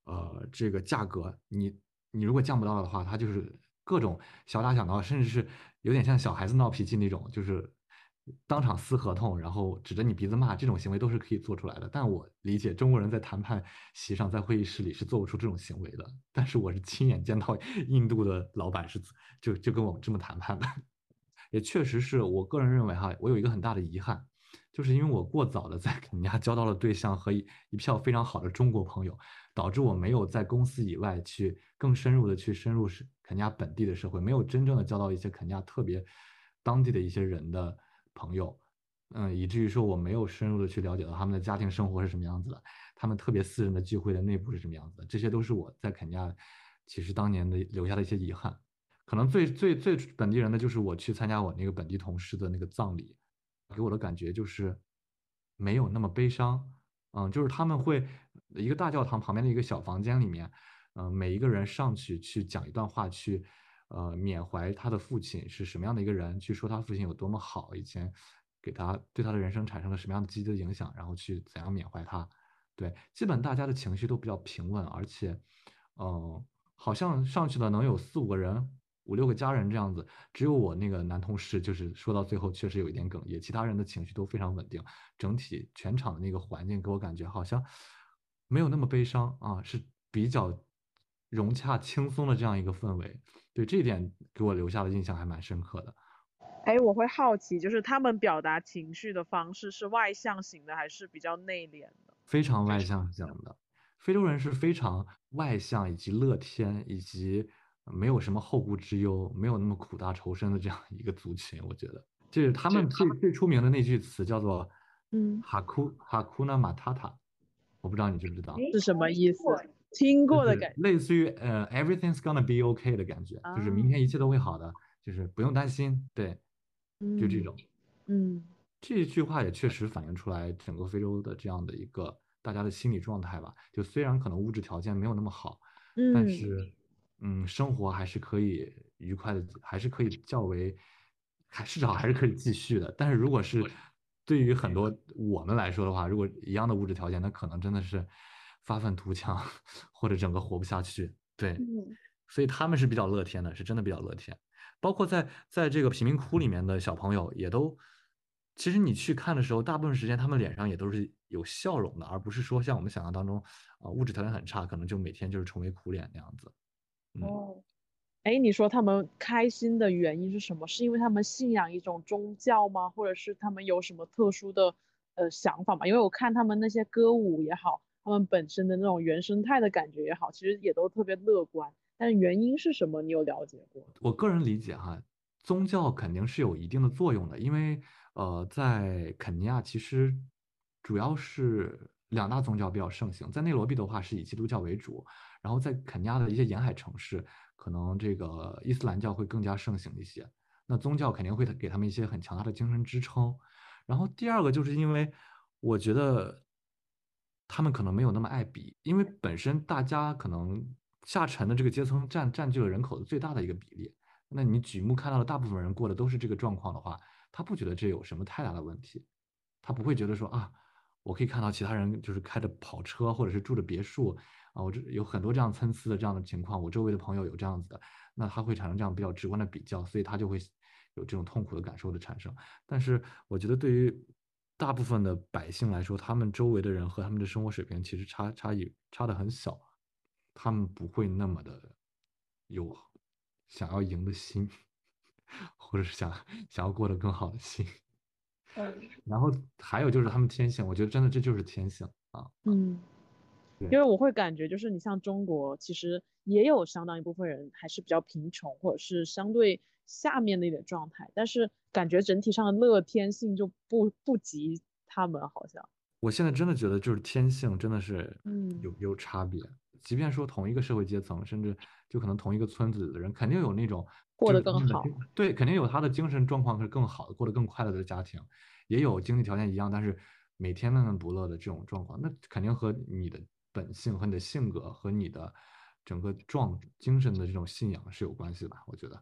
这个价格，你如果降不到的话，它就是各种小打小闹，甚至是有点像小孩子闹脾气那种，就是当场撕合同，然后指着你鼻子骂，这种行为都是可以做出来的。但我理解中国人在谈判席上，在会议室里是做不出这种行为的。但是我是亲眼见到印度的老板是就跟我这么谈判的，也确实是我个人认为哈，我有一个很大的遗憾。就是因为我过早的在肯尼亚交到了对象和一票非常好的中国朋友，导致我没有在公司以外去更深入的去深入肯尼亚本地的社会，没有真正的交到一些肯尼亚特别当地的一些人的朋友，以至于说我没有深入的去了解到他们的家庭生活是什么样子的，他们特别私人的聚会的内部是什么样子的，这些都是我在肯尼亚其实当年的留下的一些遗憾。可能最本地人的就是我去参加我那个本地同事的那个葬礼，给我的感觉就是没有那么悲伤。就是他们会一个大教堂旁边的一个小房间里面，每一个人上去讲一段话，去缅怀他的父亲是什么样的一个人，去说他父亲有多么好，以前对他的人生产生了什么样的积极的影响，然后去怎样缅怀他。对，基本大家的情绪都比较平稳，而且，好像上去了能有4、5个人、5、6个家人这样子，只有我那个男同事就是说到最后确实有一点哽咽，其他人的情绪都非常稳定，整体全场的那个环境给我感觉好像没有那么悲伤啊，是比较融洽轻松的这样一个氛围。对，这一点给我留下的印象还蛮深刻的。 哎，我会好奇，就是他们表达情绪的方式是外向型的，还是比较内敛的？ 非常外向型的。非洲人是非常外向，以及乐天，以及没有什么后顾之忧，没有那么苦大仇深的这样一个族群。我觉得，这是他们最出名的那句词，叫做嗯， “Hakuna Matata"，我不知道你知不知道， 是什么意思？听就是过的感觉类似于“everything's gonna be okay" 的感觉，就是明啊， 天一切都会好的，就是不用担心。对，就这嗯种。 嗯这一句话也确实反映出来整个非洲的这样的一个大家的心理状态吧。就虽然可能物质条件没有那么好，但嗯， 是生活还是可以愉快的，还是可以较为，至少还是可以继续的。但是如果是对于很多我们来说的话，如果一样的物质条件，那可能真的是发愤图强，或者整个活不下去。对， 嗯， 所以他们是比较乐天的，是真的比较乐天。包括在这个贫民窟里面的小朋友也都，其实你去看的时候，大部分时间他们脸上也都是有笑容的，而不是说像我们想象当中，物质条件很差，可能就每天就是愁眉苦脸那样子。嗯。 哦， 哎，你说他们开心的原因是什么？是因为他们信仰一种宗教吗？或者是他们有什么特殊的想法吗？因为我看他们那些歌舞也好，他们本身的那种原生态的感觉也好，其实也都特别乐观。但原因是什么？你有了解过？ 我个人理解哈，宗教肯定是有一定的作用的，因为在肯尼亚其实主要是2大宗教比较盛行，在内罗毕的话是以基督教为主，然后在肯尼亚的一些沿海城市，可能这个伊斯兰教会更加盛行一些。那宗教肯定会给他们一些很强大的精神支撑。然后第二个就是因为我觉得他们可能没有那么爱比，因为本身大家可能下沉的这个阶层占据了人口的最大的一个比例。那你举目看到的大部分人过的都是这个状况的话，他不觉得这有什么太大的问题，他不会觉得说啊，我可以看到其他人就是开着跑车或者是住着别墅啊，我这有很多这样参差的这样的情况，我周围的朋友有这样子的，那他会产生这样比较直观的比较，所以他就会有这种痛苦的感受的产生。但是我觉得对于大部分的百姓来说，他们周围的人和他们的生活水平其实差异差的很小，他们不会那么的有想要赢的心，或者是想要过得更好的心。 嗯， 然后还有就是他们天性，我觉得真的这就是天性啊。 嗯。因对， 为我会感觉，就是你像中国，其实也有相当一部分人还是比较贫穷，或者是相对下面的一点状态，但是感觉整体上的乐天性就不及他们，好像， 我现在真的觉得就是天性真的是嗯， 有差别，即便说同一个社会阶层，甚至就可能同一个村子里的人，肯定有那种过得就是他们的更好。 对，肯定有他的精神状况是更好的，过得更快乐的家庭，也有经济条件一样，但是每天闷闷不乐的这种状况，那肯定和你的本性和你的性格和你的整个精神的这种信仰是有关系的吧？我觉得。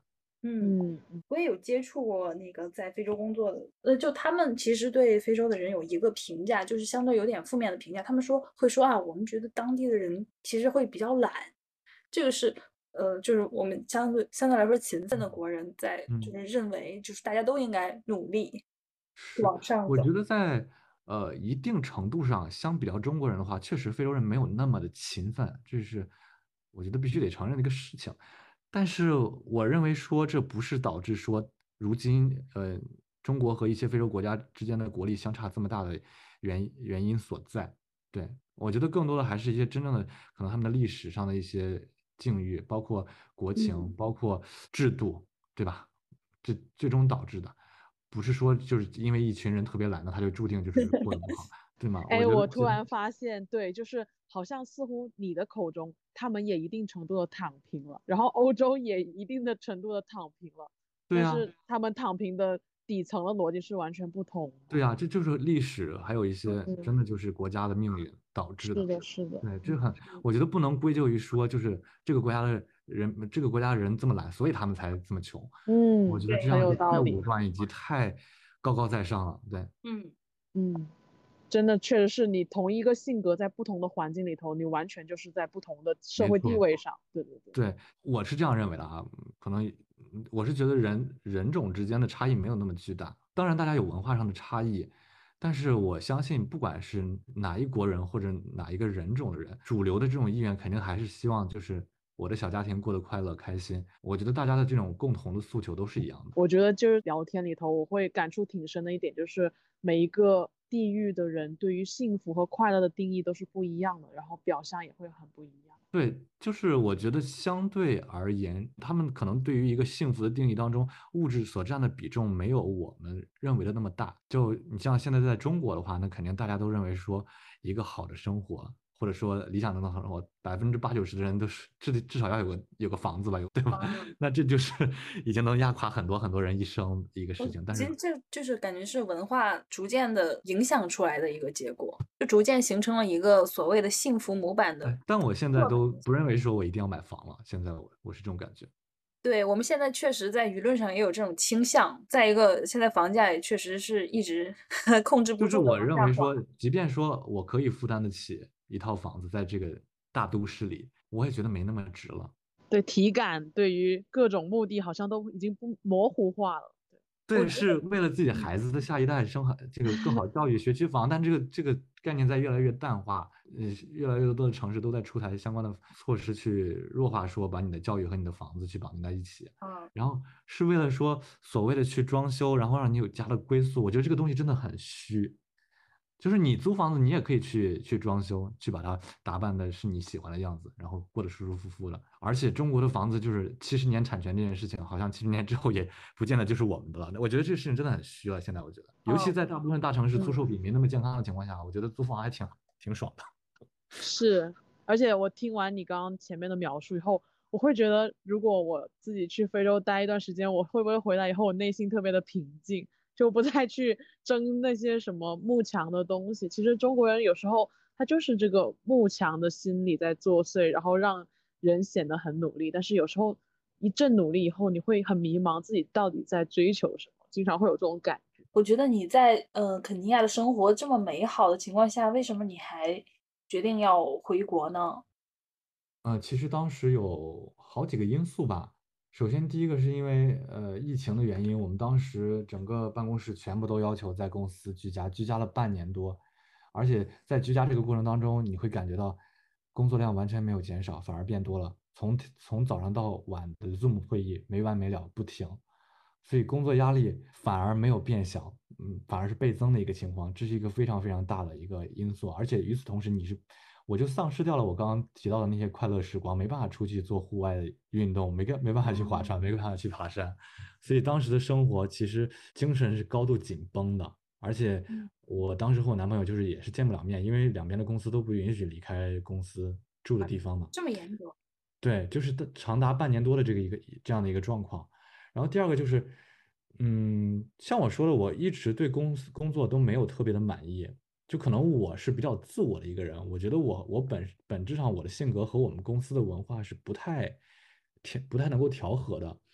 嗯， 嗯我也有接触过那个在非洲工作的，就他们其实对非洲的人有一个评价，就是相对有点负面的评价。他们会说啊，我们觉得当地的人其实会比较懒，这个是就是我们相对来说勤奋的国人在就嗯。 是认为就是大家都应该努力是， 往上我觉走。 得在一定程度上，相比较中国人的话，确实非洲人没有那么的勤奋，这是我觉得必须得承认的一个事情。但是我认为说这不是导致说如今中国和一些非洲国家之间的国力相差这么大的原因所在。对，我觉得更多的还是一些真正的可能他们的历史上的一些境遇，包括国情， 嗯， 包括制度，对吧？这最终导致的。不是说就是因为一群人特别懒，那他就注定就是过得不好，对吗？我哎， 觉得， 我突然发现，对，就是好像似乎你的口中，他们也一定程度的躺平了，然后欧洲也一定的程度的躺平了， 对呀， 但是他们躺平的底层的逻辑是完全不同的。 对呀，这就是历史，还有一些真的嗯， 就是国家的命运导致的。 是的，是的， 对，我觉得不能归咎于说就是这个国家的人这么懒，所以他们才这么穷。我嗯， 觉得这对， 很样就太有道理。 武断以及太高高在上了。对， 嗯。 嗯，真的确实是你同一个性格在不同的环境里头，你完全就是在不同的社会地没错。 位上。对对对， 对，我是这样认为的啊，可能我是觉得人种之间的差异没有那么巨大，当然大家有文化上的差异，但是我相信不管是哪一国人或者哪一个人种的人，主流的这种意愿肯定还是希望就是我的小家庭过得快乐开心，我觉得大家的这种共同的诉求都是一样的。 我觉得就是聊天里头，我会感触挺深的一点，就是每一个地域的人对于幸福和快乐的定义都是不一样的，然后表象也会很不一样。 对，就是我觉得相对而言，他们可能对于一个幸福的定义当中，物质所占的比重没有我们认为的那么大。就你像现在在中国的话，那肯定大家都认为说一个好的生活，或者说理想中的生活，80%-90%的人都是至少要有个房子吧，对吧？那这就是已经能压垮很多很多人一生的一个事情。但是其实这就是感觉是文化逐渐的影响出来的一个结果，就逐渐形成了一个所谓的幸福模板的哎，但我现在刻板都不印象。 认为说我一定要买房了，现在我是这种感觉。 对，我们现在确实在舆论上也有这种倾向。再一个，现在房价也确实是一直控制不就是住的我认为说， 往下滑。 即便说我可以负担得起一套房子，在这个大都市里，我也觉得没那么值了。 对体感，对于各种目的好像都已经不模糊化了。对， 我对， 觉得， 是为了自己嗯， 孩子的下一代这个更好教育学区房，但这个概念在越来越淡化，越来越多的城市都在出台相关的措施去弱化说把你的教育和你的房子去绑定在一起， 嗯， 然后是为了说所谓的去装修，然后让你有家的归宿，我觉得这个东西真的很虚。就是你租房子，你也可以去装修，去把它打扮的是你喜欢的样子，然后过得舒舒服服的。而且中国的房子就是70年产权这件事情，好像70年之后也不见得就是我们的了。我觉得这个事情真的很虚了。现在我觉得，尤其哦， 在大部分大城市租售嗯。 比没那么健康的情况下，我觉得租房还挺爽的。 是，而且我听完你刚刚前面的描述以后，我会觉得，如果我自己去非洲待一段时间，我会不会回来以后，我内心特别的平静，就不再去争那些什么慕强的东西。其实中国人有时候他就是这个慕强的心理在作祟，然后让人显得很努力，但是有时候一阵努力以后，你会很迷茫，自己到底在追求什么，经常会有这种感觉。 我觉得你在肯尼亚的生活这么美好的情况下，为什么你还决定要回国呢？ 其实当时有好几个因素吧。首先，第一个是因为疫情的原因，我们当时整个办公室全部都要求在公司居家，居家了半年多，而且在居家这个过程当中，你会感觉到工作量完全没有减少，反而变多了。从早上到晚的 Zoom 会议没完没了不停，所以工作压力反而没有变小，反而是倍增的一个情况，这是一个非常非常大的一个因素。而且与此同时，我就丧失掉了我刚刚提到的那些快乐时光，没办法出去做户外的运动，没办法去划船，没办法去爬山，所以当时的生活其实精神是高度紧绷的。而且嗯， 我当时和我男朋友就是也是见不了面，因为两边的公司都不允许离开公司住的地方嘛。 这么严格？ 对，就是长达半年多的这样的一个状况。然后第二个就是，像我说的，我一直对公司工作都没有特别的满意，就可能我是比较自我的一个人，我觉得我本质上我的性格和我们公司的文化是不太能够调和的。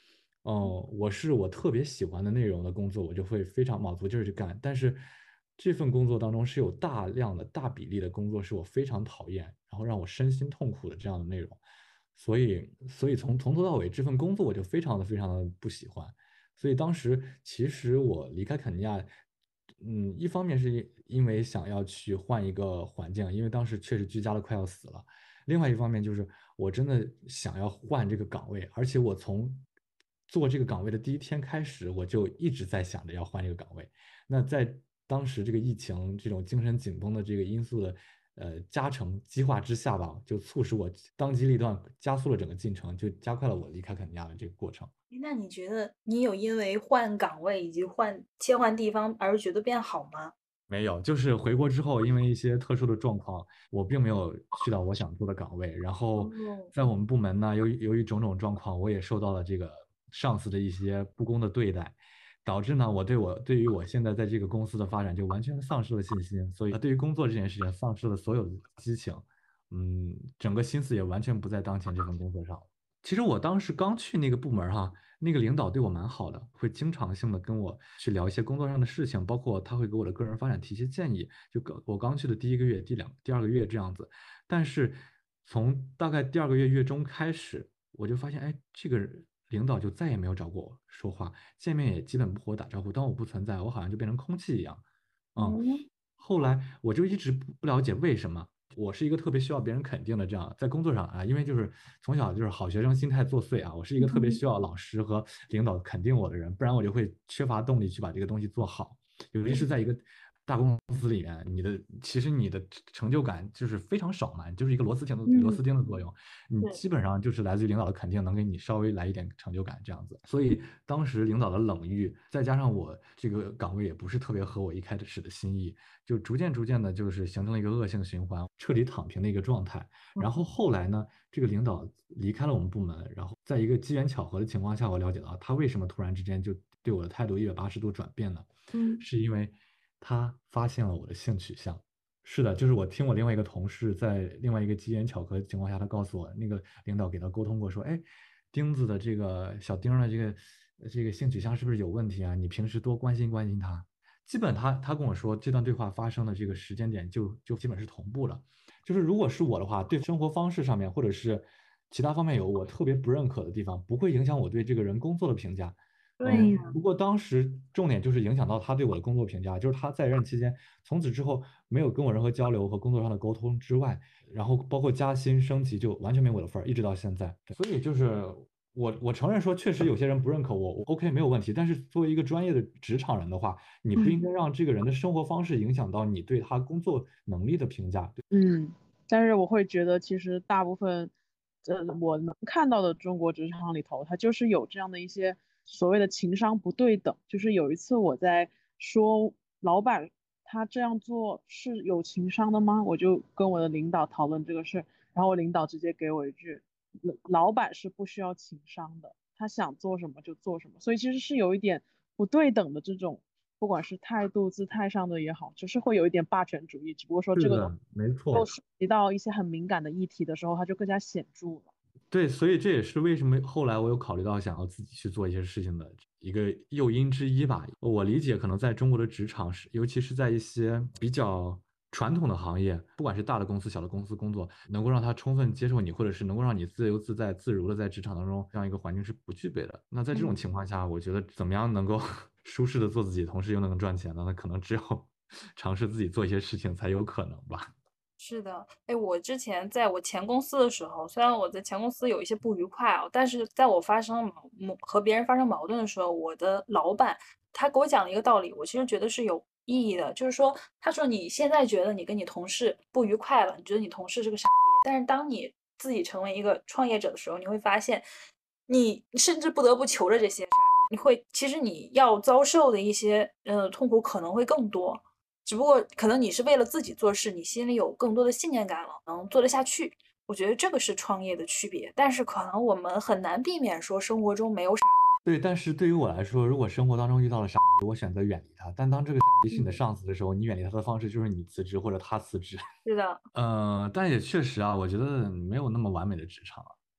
我特别喜欢的内容的工作，我就会非常卯足劲儿去干。但是这份工作当中是有大量的大比例的工作是我非常讨厌，然后让我身心痛苦的这样的内容，所以从头到尾这份工作我就非常的不喜欢。所以当时其实我离开肯尼亚，一方面是因为想要去换一个环境，因为当时确实居家的快要死了。另外一方面就是我真的想要换这个岗位，而且我从做这个岗位的第一天开始，我就一直在想着要换这个岗位。那在当时这个疫情这种精神紧绷的这个因素的加成激化之下吧，就促使我当机立断，加速了整个进程，就加快了我离开肯尼亚的这个过程。 那你觉得你有因为换岗位以及切换地方而觉得变好吗？ 没有，就是回国之后，因为一些特殊的状况，我并没有去到我想做的岗位。然后哦， 在我们部门呢，由于种种状况，我也受到了这个上司的一些不公的对待，导致呢，我对于我现在在这个公司的发展就完全丧失了信心，所以对于工作这件事情丧失了所有的激情，整个心思也完全不在当前这份工作上。其实我当时刚去那个部门哈，那个领导对我蛮好的，会经常性的跟我去聊一些工作上的事情，包括他会给我的个人发展提一些建议。我刚去的第一个月、第二个月这样子，但是从大概第二个月月中开始，我就发现，哎，这个领导就再也没有找过我说话，见面也基本不和我打招呼，当我不存在，我好像就变成空气一样。嗯， 嗯后来我就一直不了解为什么。我是一个特别需要别人肯定的，这样在工作上啊，因为就是从小就是好学生心态作祟啊，我是一个特别嗯需要老师和领导肯定我的人，不然我就会缺乏动力去把这个东西做好。尤其是在一个大公司里面，其实你的成就感就是非常少嘛，你就是一个螺嗯， 丝钉的作用，你对， 基本上就是来自于领导的肯定，能给你稍微来一点成就感这样子。所以当时领导的冷遇，再加上我这个岗位也不是特别合我一开始的心意，就逐渐的，就是形成了一个恶性循环，彻底躺平的一个状态。然后后来呢，这个领导离开了我们部门，然后在一个机缘巧合的情况下，我了解到他为什么突然之间就对我的态度180度转变呢？ 嗯是因为他发现了我的性取向。是的，就是我听我另外一个同事在另外一个机缘巧合的情况下，他告诉我，那个领导给他沟通过，说，哎，钉子的这个小丁儿的这个性取向是不是有问题啊？你平时多关心关心他。基本他跟我说，这段对话发生的这个时间点就基本是同步了。就是如果是我的话，对生活方式上面或者是其他方面有我特别不认可的地方，不会影响我对这个人工作的评价。 对呀， 不过当时重点就是影响到他对我的工作评价，就是他在任期间，从此之后没有跟我任何交流和工作上的沟通之外，然后包括加薪升级就完全没我的份儿，一直到现在。对，所以就是我承认说，确实有些人不认可我，OK 没有问题。但是作为一个专业的职场人的话，你不应该让这个人的生活方式影响到你对他工作能力的评价。对， 嗯，但是我会觉得，其实大部分，我能看到的中国职场里头，它就是有这样的一些所谓的情商不对等。就是有一次我在说老板他这样做是有情商的吗？我就跟我的领导讨论这个事，然后我领导直接给我一句，老板是不需要情商的，他想做什么就做什么。所以其实是有一点不对等的这种。不管是态度、姿态上的也好，就是会有一点霸权主义。只不过说这个东是的，没错。 又涉及到一些很敏感的议题的时候，它就更加显著了。 对，所以这也是为什么后来我有考虑到想要自己去做一些事情的一个诱因之一吧。我理解，可能在中国的职场是，尤其是在一些比较传统的行业，不管是大的公司、小的公司工作，能够让他充分接受你，或者是能够让你自由自在、自如的在职场当中这样一个环境是不具备的。那在这种情况下，我觉得怎么样能够舒适的做自己，同时又能赚钱呢？那可能只有尝试自己做一些事情才有可能吧。 是的，哎，我之前在我前公司的时候，虽然我在前公司有一些不愉快啊，但是在我和别人发生矛盾的时候，我的老板他给我讲了一个道理，我其实觉得是有意义的，就是说，他说你现在觉得你跟你同事不愉快了，你觉得你同事是个傻逼，但是当你自己成为一个创业者的时候，你会发现，你甚至不得不求着这些傻逼，其实你要遭受的一些痛苦可能会更多。只不过可能你是为了自己做事，你心里有更多的信念感了，能做得下去。我觉得这个是创业的区别，但是可能我们很难避免说生活中没有傻对，但是对于我来说，如果生活当中遇到了傻逼，我选择远离他。但当这个傻逼是你的逼。 上司的时候，你远离他的方式就是你辞职或者他辞职。 是的， 但也确实啊，我觉得没有那么完美的职场啊。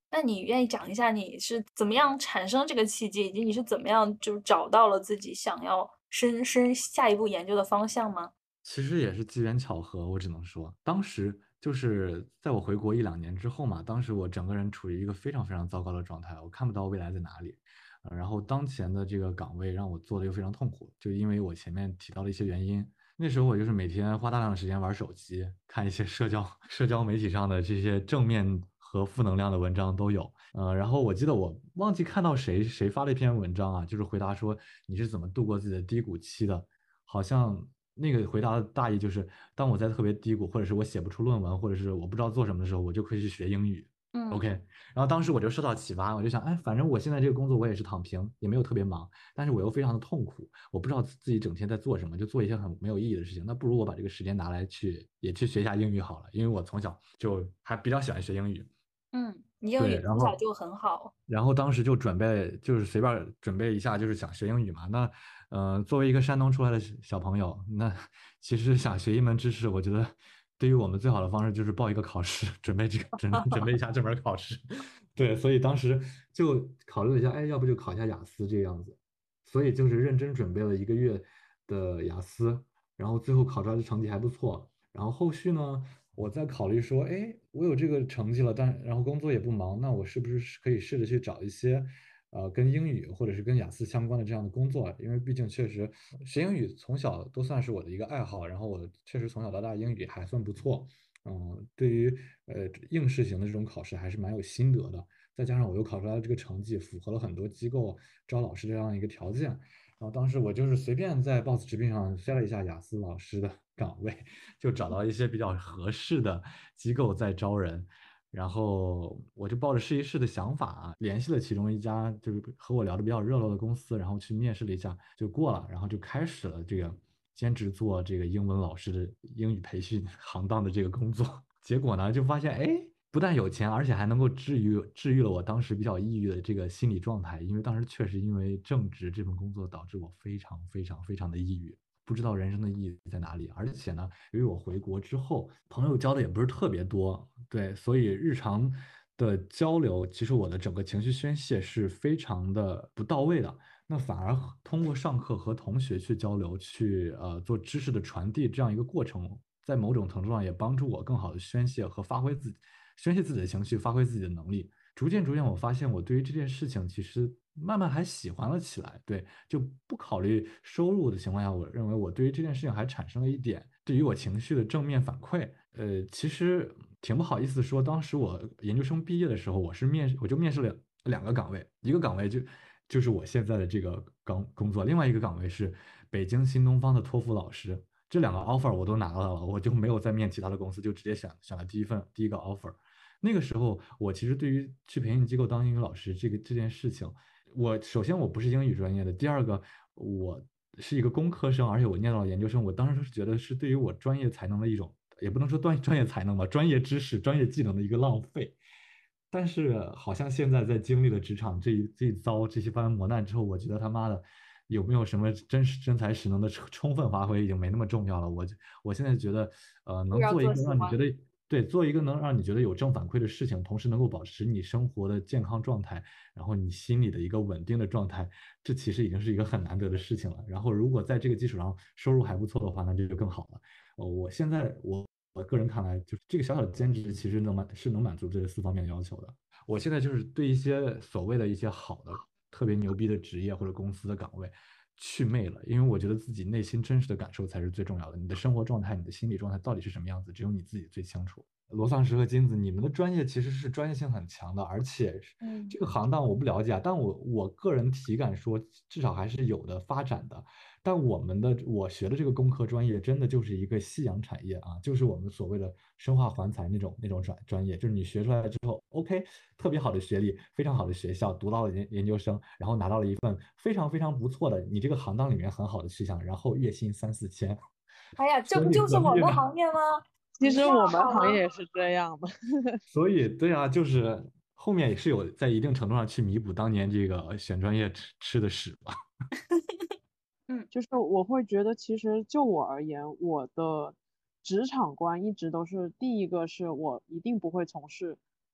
那你愿意讲一下你是怎么样产生这个契机，以及你是怎么样就找到了自己想要深下一步研究的方向吗？ 其实也是机缘巧合，我只能说，当时就是在我回国1、2年之后嘛，当时我整个人处于一个非常非常糟糕的状态，我看不到未来在哪里，然后当前的这个岗位让我做的又非常痛苦，就因为我前面提到的一些原因，那时候我就是每天花大量的时间玩手机，看一些社交媒体上的这些正面和负能量的文章都有，然后我记得我忘记看到谁发了一篇文章啊，就是回答说你是怎么度过自己的低谷期的。好像那个回答的大意就是，当我在特别低谷，或者是我写不出论文，或者是我不知道做什么的时候，我就可以去学英语。 嗯 OK，然后当时我就受到启发，我就想，哎，反正我现在这个工作我也是躺平，也没有特别忙，但是我又非常的痛苦，我不知道自己整天在做什么，就做一些很没有意义的事情。那不如我把这个时间拿来也去学一下英语好了，因为我从小就还比较喜欢学英语。 你英对， 语然后从小就很好。 当时就准备，就是随便准备一下，就是想学英语嘛。那，作为一个山东出来的小朋友，那其实想学一门知识，我觉得对于我们最好的方式就是报一个考试，准备一下这门考试。对，所以当时就考虑了一下，哎，要不就考一下雅思这个样子。所以就是认真准备了1个月的雅思，然后最后考出来的成绩还不错。然后后续呢？我在考虑说，哎，我有这个成绩了，然后工作也不忙，那我是不是可以试着去找一些，跟英语或者是跟雅思相关的这样的工作？因为毕竟确实学英语从小都算是我的一个爱好，然后我确实从小到大英语还算不错，对于应试型的这种考试还是蛮有心得的。再加上我又考出来的这个成绩，符合了很多机构招老师这样一个条件，然后当时我就是随便在 Boss 直聘上筛了一下雅思老师的岗位，就找到一些比较合适的机构在招人，然后我就抱着试一试的想法啊，联系了其中一家就是和我聊的比较热络的公司，然后去面试了一下，就过了，然后就开始了这个兼职做这个英文老师的英语培训行当的这个工作。结果呢，就发现哎，不但有钱，而且还能够治愈了我当时比较抑郁的这个心理状态。因为当时确实因为正职这份工作导致我非常非常非常的抑郁，不知道人生的意义在哪里。而且呢，由于我回国之后，朋友交的也不是特别多，对，所以日常的交流，其实我的整个情绪宣泄是非常的不到位的。那反而通过上课和同学去交流，去做知识的传递这样一个过程，在某种程度上也帮助我更好的宣泄和发挥自己，宣泄自己的情绪，发挥自己的能力。逐渐，我发现我对于这件事情其实慢慢还喜欢了起来。对，就不考虑收入的情况下，我认为我对于这件事情还产生了一点对于我情绪的正面反馈。其实挺不好意思说，当时我研究生毕业的时候，我就面试了2个岗位，一个岗位就是我现在的这个工作，另外一个岗位是北京新东方的托福老师。这2个 offer 我都拿到了，我就没有再面其他的公司，就直接选了第一个 offer。那个时候，我其实对于去培训机构当英语老师这件事情，首先我不是英语专业的，第二个我是一个工科生，而且我念到了研究生，我当时是觉得是对于我专业才能的一种，也不能说专业才能吧，专业知识、专业技能的一个浪费。但是好像现在在经历了职场这一遭这些番磨难之后，我觉得他妈的有没有什么真才实能的充分发挥已经没那么重要了。我现在觉得， 就要能做一做喜欢。 个让你觉得对，做一个能让你觉得有正反馈的事情，同时能够保持你生活的健康状态，然后你心里的一个稳定的状态，这其实已经是一个很难得的事情了。然后如果在这个基础上收入还不错的话，那这就更好了。我现在我个人看来，就是这个小小的兼职，其实能满足这4方面的要求的。我现在就是对一些所谓的一些好的、特别牛逼的职业或者公司的岗位去魅了，因为我觉得自己内心真实的感受才是最重要的。你的生活状态、你的心理状态到底是什么样子，只有你自己最清楚。罗丧石和金子，你们的专业其实是专业性很强的，而且嗯。 这个行当我不了解啊，但我个人体感说，至少还是有的发展的。但我学的这个工科专业，真的就是一个夕阳产业啊，就是我们所谓的生化环材那种专业，就是你学出来之后，OK，特别好的学历，非常好的学校，读到了研究生，然后拿到了一份非常非常不错的你这个行当里面很好的去向，然后月薪3、4千， 哎呀，这所以不就是我何必呢？ 们行业吗？ 其实一样我们行好吗？ 业也是这样的。 所以对啊，就是后面也是有在一定程度上去弥补当年这个选专业吃的屎吧。 嗯就是我会觉得，其实就我而言，我的职场观一直都是第一个是我一定不会从事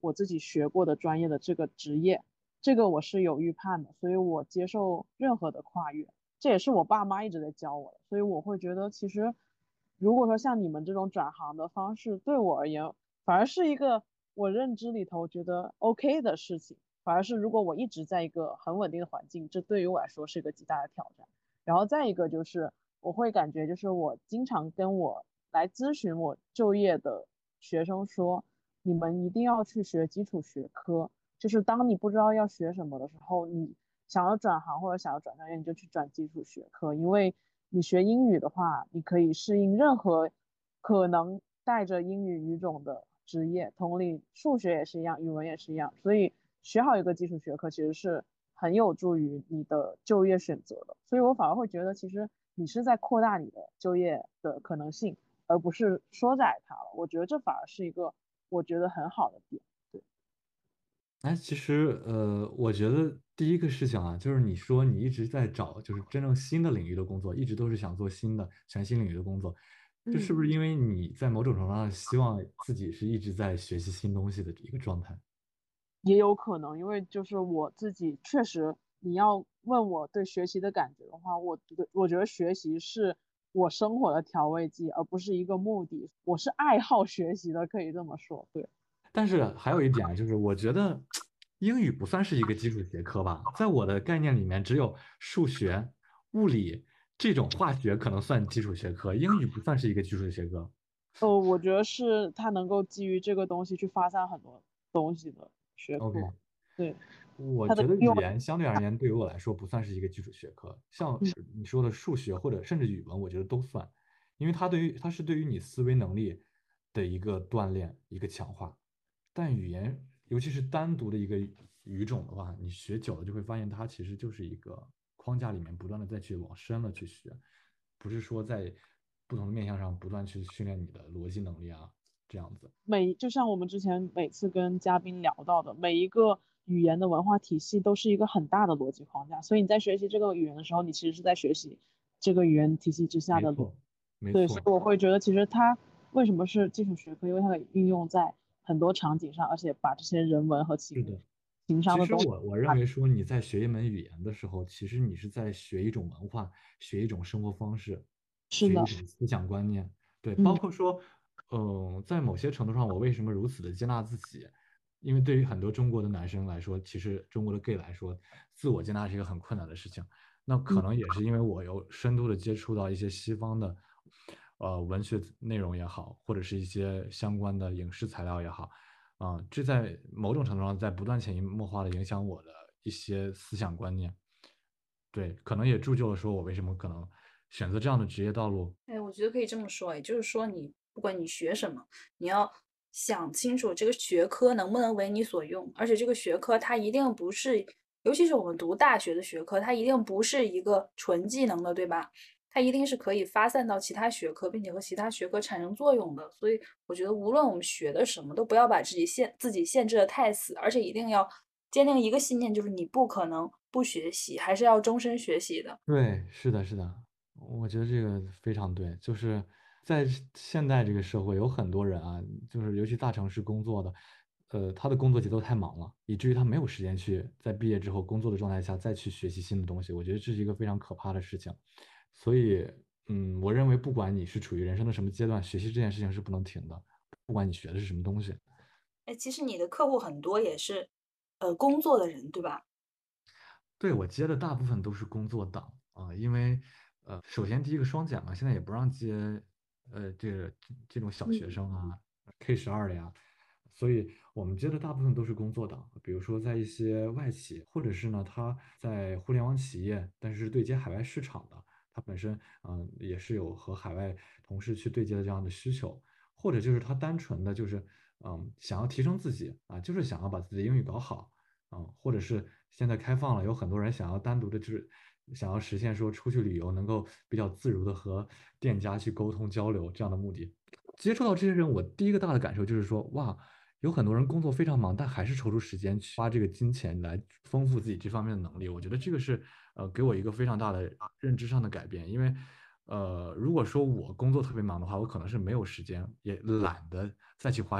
我自己学过的专业的这个职业，这个我是有预判的，所以我接受任何的跨越，这也是我爸妈一直在教我的，所以我会觉得其实如果说像你们这种转行的方式，对我而言反而是一个我认知里头觉得 OK 的事情，反而是如果我一直在一个很稳定的环境，这对于我来说是一个极大的挑战。然后再一个就是我会感觉就是我经常跟我来咨询我就业的学生说，你们一定要去学基础学科，就是当你不知道要学什么的时候，你想要转行或者想要转专业，你就去转基础学科，因为你学英语的话，你可以适应任何可能带着英语语种的职业，同理，数学也是一样，语文也是一样，所以学好一个基础学科其实是很有助于你的就业选择的。所以我反而会觉得，其实你是在扩大你的就业的可能性，而不是缩窄它了。我觉得这反而是一个我觉得很好的点。对， 哎，其实我觉得第一个事情啊，就是你说你一直在找就是真正新的领域的工作，一直都是想做新的全新领域的工作，这是嗯。 不是因为你在某种程度上希望自己是一直在学习新东西的一个状态？ 也有可能，因为就是我自己确实，你要问我对学习的感觉的话，我觉得学习是我生活的调味剂，而不是一个目的。我是爱好学习的，可以这么说。对， 但是还有一点啊，就是我觉得英语不算是一个基础学科吧，在我的概念里面，只有数学、物理这种化学可能算基础学科，英语不算是一个基础学科。 我觉得是它能够基于这个东西去发散很多东西的学科。 OK， 对， 我它的应用， 觉得语言相对而言对于我来说不算是一个基础学科，像你说的数学或者甚至语文，我觉得都算，因为它是对于你思维能力的一个锻炼、一个强化。但语言，尤其是单独的一个语种的话，你学久了就会发现它其实就是一个框架里面不断的再去往深了去学，不是说在不同的面向上不断去训练你的逻辑能力啊，这样子。 就像我们之前每次跟嘉宾聊到的，每一个语言的文化体系都是一个很大的逻辑框架，所以你在学习这个语言的时候，你其实是在学习这个语言体系之下的逻。 没错，没对，所错。 以我会觉得其实它为什么是基础学科，因为它的应用在很多场景上，而且把这些人文和是的。 情商其实的东西。 我认为说你在学一门语言的时候，其实你是在学一种文化，学一种生活方式， 是的， 学一种思想观念。对，包嗯， 括说，在某些程度上，我为什么如此的接纳自己？因为对于很多中国的男生来说，其实中国的 gay 来说，自我接纳是一个很困难的事情。那可嗯， 能也是因为我有深度的接触到一些西方的，文学内容也好，或者是一些相关的影视材料也好。这在某种程度上在不断潜移默化的影响我的一些思想观念，对，可能也铸就了说我为什么可能选择这样的职业道路。 哎，我觉得可以这么说，也就是说，你不管你学什么，你要想清楚这个学科能不能为你所用，而且这个学科它一定不是，尤其是我们读大学的学科，它一定不是一个纯技能的，对吧？它一定是可以发散到其他学科，并且和其他学科产生作用的。所以我觉得，无论我们学的什么，都不要把自己限制的太死，而且一定要坚定一个信念，就是你不可能不学习，还是要终身学习的。 对，是的，是的，我觉得这个非常对，就是在现在这个社会，有很多人啊，就是尤其大城市工作的，他的工作节奏太忙了，以至于他没有时间去在毕业之后工作的状态下再去学习新的东西，我觉得这是一个非常可怕的事情。所以，我认为不管你是处于人生的什么阶段，学习这件事情是不能停的，不管你学的是什么东西。 哎，其实你的客户很多也是，工作的人，对吧？ 对，我接的大部分都是工作党啊，因为首先第一个双减嘛，现在也不让接这种小学嗯， 生啊，K12的呀，所以我们接的大部分都是工作党，比如说在一些外企，或者是呢他在互联网企业，但是对接海外市场的，他本身也是有和海外同事去对接的这样的需求，或者就是他单纯的就是想要提升自己啊，就是想要把自己的英语搞好。或者是现在开放了，有很多人想要单独的，就是想要实现说出去旅游能够比较自如的和店家去沟通交流这样的目的。接触到这些人，我第一个大的感受就是说，哇，有很多人工作非常忙，但还是抽出时间去花这个金钱来丰富自己这方面的能力。我觉得这个是给我一个非常大的认知上的改变，因为如果说我工作特别忙的话，我可能是没有时间，也懒得再去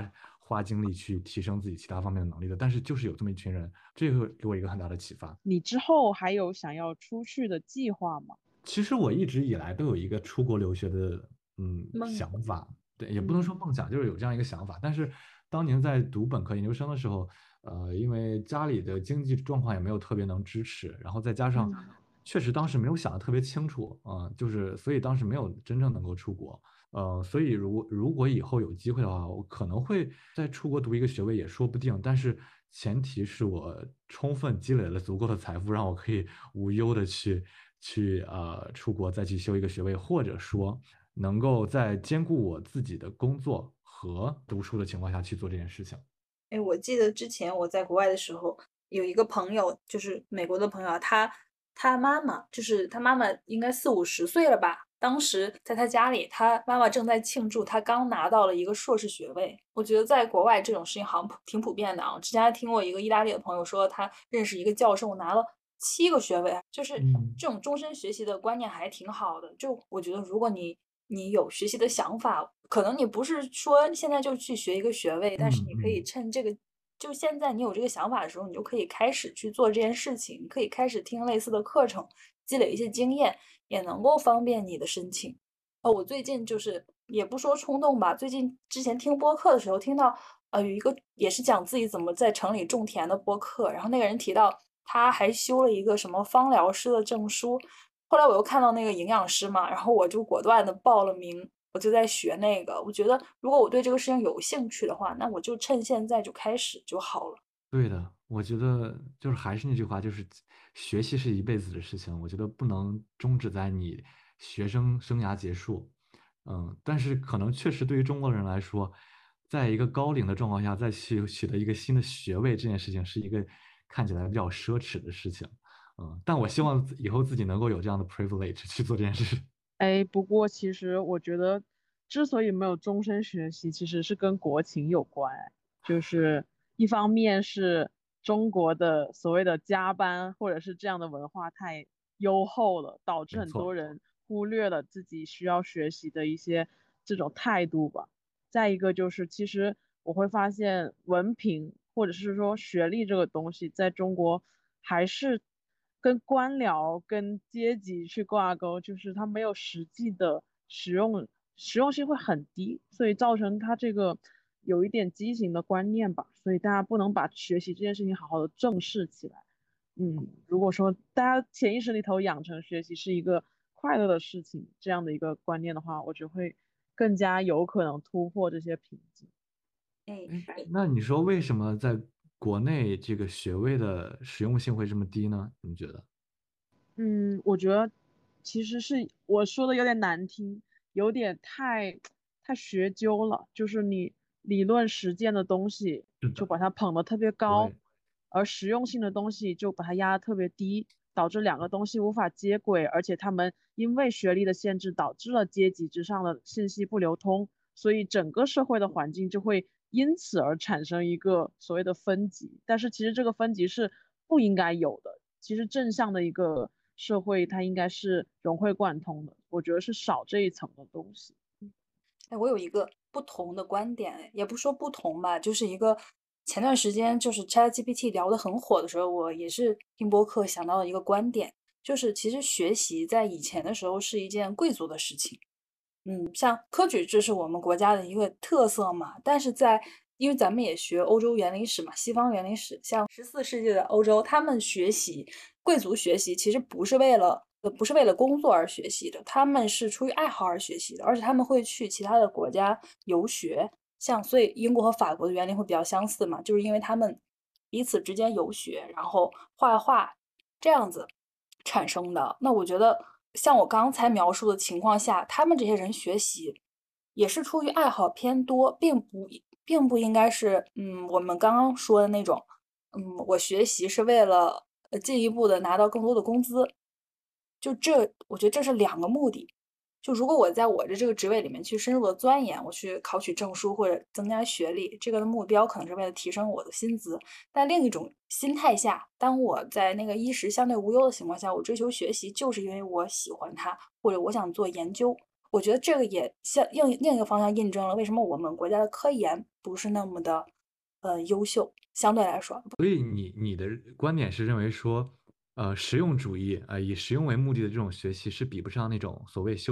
花精力去提升自己其他方面的能力的。但是就是有这么一群人，这个给我一个很大的启发。 你之后还有想要出去的计划吗？ 其实我一直以来都有一个出国留学的梦。 想法，对，也不能说嗯梦想，就是有这样一个想法。但是当年在读本科研究生的时候，因为家里的经济状况也没有特别能支持，然后再加上嗯确实当时没有想的特别清楚就是所以当时没有真正能够出国。所以如果以后有机会的话，我可能会再出国读一个学位也说不定，但是前提是我充分积累了足够的财富，让我可以无忧的去出国再去修一个学位，或者说能够在兼顾我自己的工作和读书的情况下去做这件事情。 哎，我记得之前我在国外的时候，有一个朋友，就是美国的朋友啊，他妈妈应该40-50岁了吧。当时在他家里，他妈妈正在庆祝他刚拿到了一个硕士学位。我觉得在国外这种事情好像挺普遍的啊。之前还听过一个意大利的朋友说，他认识一个教授拿了7个学位，就是嗯这种终身学习的观念还挺好的。就我觉得，如果你有学习的想法，可能你不是说现在就去学一个学位，但是你可以嗯嗯， 趁这个，就现在你有这个想法的时候，你就可以开始去做这件事情，你可以开始听类似的课程，积累一些经验，也能够方便你的申请。我最近就是也不说冲动吧，最近之前听播客的时候听到，有一个也是讲自己怎么在城里种田的播客，然后那个人提到他还修了一个什么芳疗师的证书。后来我又看到那个营养师嘛，然后我就果断的报了名，我就在学那个。我觉得如果我对这个事情有兴趣的话，那我就趁现在就开始就好了。 对的，我觉得就是还是那句话，就是学习是一辈子的事情，我觉得不能终止在你学生生涯结束。但是可能确实对于中国人来说，在一个高龄的状况下再去取得一个新的学位，这件事情是一个看起来比较奢侈的事情。但我希望以后自己能够有这样的 privilege 去做这件事。 哎，不过其实我觉得，之所以没有终身学习，其实是跟国情有关。就是一方面是中国的所谓的加班或者是这样的文化太优厚了，导致很多没错， 人忽略了自己需要学习的一些这种态度吧。再一个就是，其实我会发现文凭或者是说学历这个东西，在中国还是跟官僚、跟阶级去挂钩，就是它没有实际的实用性会很低，所以造成它这个有一点畸形的观念吧。所以大家不能把学习这件事情好好的正视起来。如果说大家潜意识里头养成学习是一个快乐的事情，这样的一个观念的话，我就会更加有可能突破这些瓶颈。 哎， 哎，那你说为什么在国内这个学位的实用性会这么低呢？你觉得？ 我觉得其实是我说的有点难听，有点太学究了，就是你理论实践的东西是的， 就把它捧得特别高， 对， 而实用性的东西就把它压得特别低，导致两个东西无法接轨，而且他们因为学历的限制，导致了阶级之上的信息不流通，所以整个社会的环境就会因此而产生一个所谓的分级，但是其实这个分级是不应该有的。其实正向的一个社会，它应该是融会贯通的。我觉得是少这一层的东西。 哎，我有一个不同的观点，哎也不说不同吧，就是一个前段时间就是 ChatGPT 聊得很火的时候，我也是听播客想到了一个观点，就是其实学习在以前的时候是一件贵族的事情。像科举这是我们国家的一个特色嘛，但是因为咱们也学欧洲原理史嘛，西方原理史，像14世纪的欧洲，他们贵族学习其实不是为了工作而学习的，他们是出于爱好而学习的，而且他们会去其他的国家游学，所以英国和法国的原理会比较相似嘛，就是因为他们彼此之间游学，然后画画这样子产生的。那我觉得，像我刚才描述的情况下，他们这些人学习也是出于爱好偏多，并不应该是我们刚刚说的那种，我学习是为了进一步的拿到更多的工资。我觉得这是两个目的。就如果我在我的这个职位里面去深入的钻研，我去考取证书或者增加学历，这个的目标可能是为了提升我的薪资。但另一种心态下，当我在那个衣食相对无忧的情况下，我追求学习，就是因为我喜欢它，或者我想做研究。 我觉得这个也像另一个方向印证了为什么我们国家的科研不是那么的优秀，相对来说。 所以你的观点是认为说，实用主义以实用为目的的这种学习是比不上那种所谓